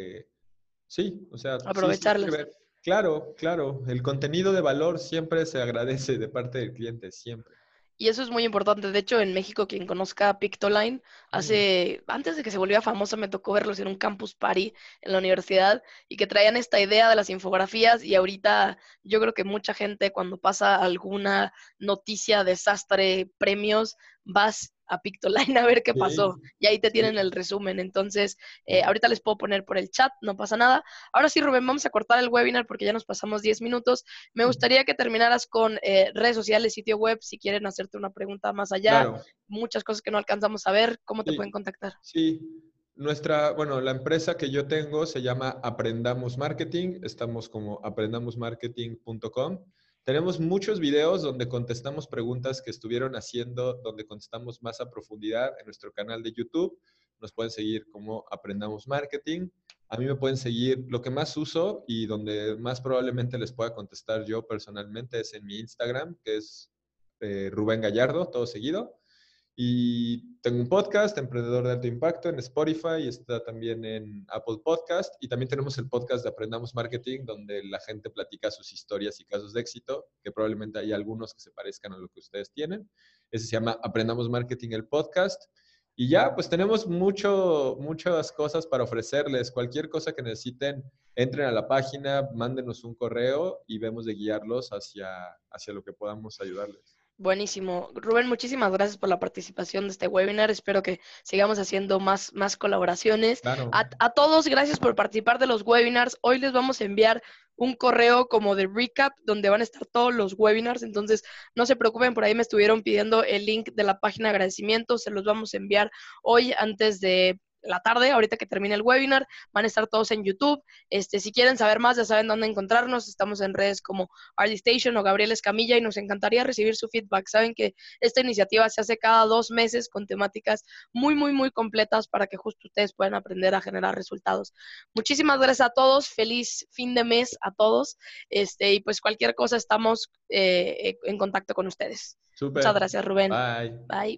sí, o sea, sí Aprovecharlas. sirve. Claro, claro, el contenido de valor siempre se agradece de parte del cliente, siempre. Y eso es muy importante. De hecho, en México, quien conozca Pictoline, Mm, antes de que se volviera famosa, me tocó verlos en un campus party en la universidad y que traían esta idea de las infografías. Y ahorita yo creo que mucha gente, cuando pasa alguna noticia, desastre, premios, vas a Pictoline a ver qué sí, pasó. Y ahí te sí. tienen el resumen. Entonces, ahorita les puedo poner por el chat, no pasa nada. Ahora sí, Rubén, vamos a cortar el webinar porque ya nos pasamos 10 minutos. Me gustaría que terminaras con redes sociales, sitio web, si quieren hacerte una pregunta más allá, Claro, muchas cosas que no alcanzamos a ver, ¿cómo te pueden sí, contactar? sí. Bueno, la empresa que yo tengo se llama Aprendamos Marketing. Estamos como aprendamosmarketing.com. Tenemos muchos videos donde contestamos preguntas que estuvieron haciendo, donde contestamos más a profundidad en nuestro canal de YouTube. Nos pueden seguir como Aprendamos Marketing. A mí me pueden seguir, lo que más uso y donde más probablemente les pueda contestar yo personalmente es en mi Instagram, que es Rubén Gallardo, todo seguido. Y tengo un podcast, Emprendedor de Alto Impacto, en Spotify, está también en Apple Podcast. Y también tenemos el podcast de Aprendamos Marketing, donde la gente platica sus historias y casos de éxito, que probablemente hay algunos que se parezcan a lo que ustedes tienen. Ese se llama Aprendamos Marketing, el podcast. Y ya, pues tenemos muchas cosas para ofrecerles. Cualquier cosa que necesiten, entren a la página, mándenos un correo y vemos de guiarlos hacia lo que podamos ayudarles. Buenísimo. Rubén, muchísimas gracias por la participación de este webinar. Espero que sigamos haciendo más colaboraciones. Claro. A todos, gracias por participar de los webinars. Hoy les vamos a enviar un correo como de recap donde van a estar todos los webinars. Entonces, no se preocupen, por ahí me estuvieron pidiendo el link de la página de agradecimiento. Se los vamos a enviar hoy antes de la tarde, ahorita que termine el webinar. Van a estar todos en YouTube. Si quieren saber más, ya saben dónde encontrarnos. Estamos en redes como ArtStation o Gabriel Escamilla y nos encantaría recibir su feedback. Saben que esta iniciativa se hace cada 2 meses con temáticas muy completas para que justo ustedes puedan aprender a generar resultados. Muchísimas gracias a todos. Feliz fin de mes a todos. Y pues cualquier cosa estamos en contacto con ustedes. Muchas Súper. gracias, Rubén. Bye. Bye.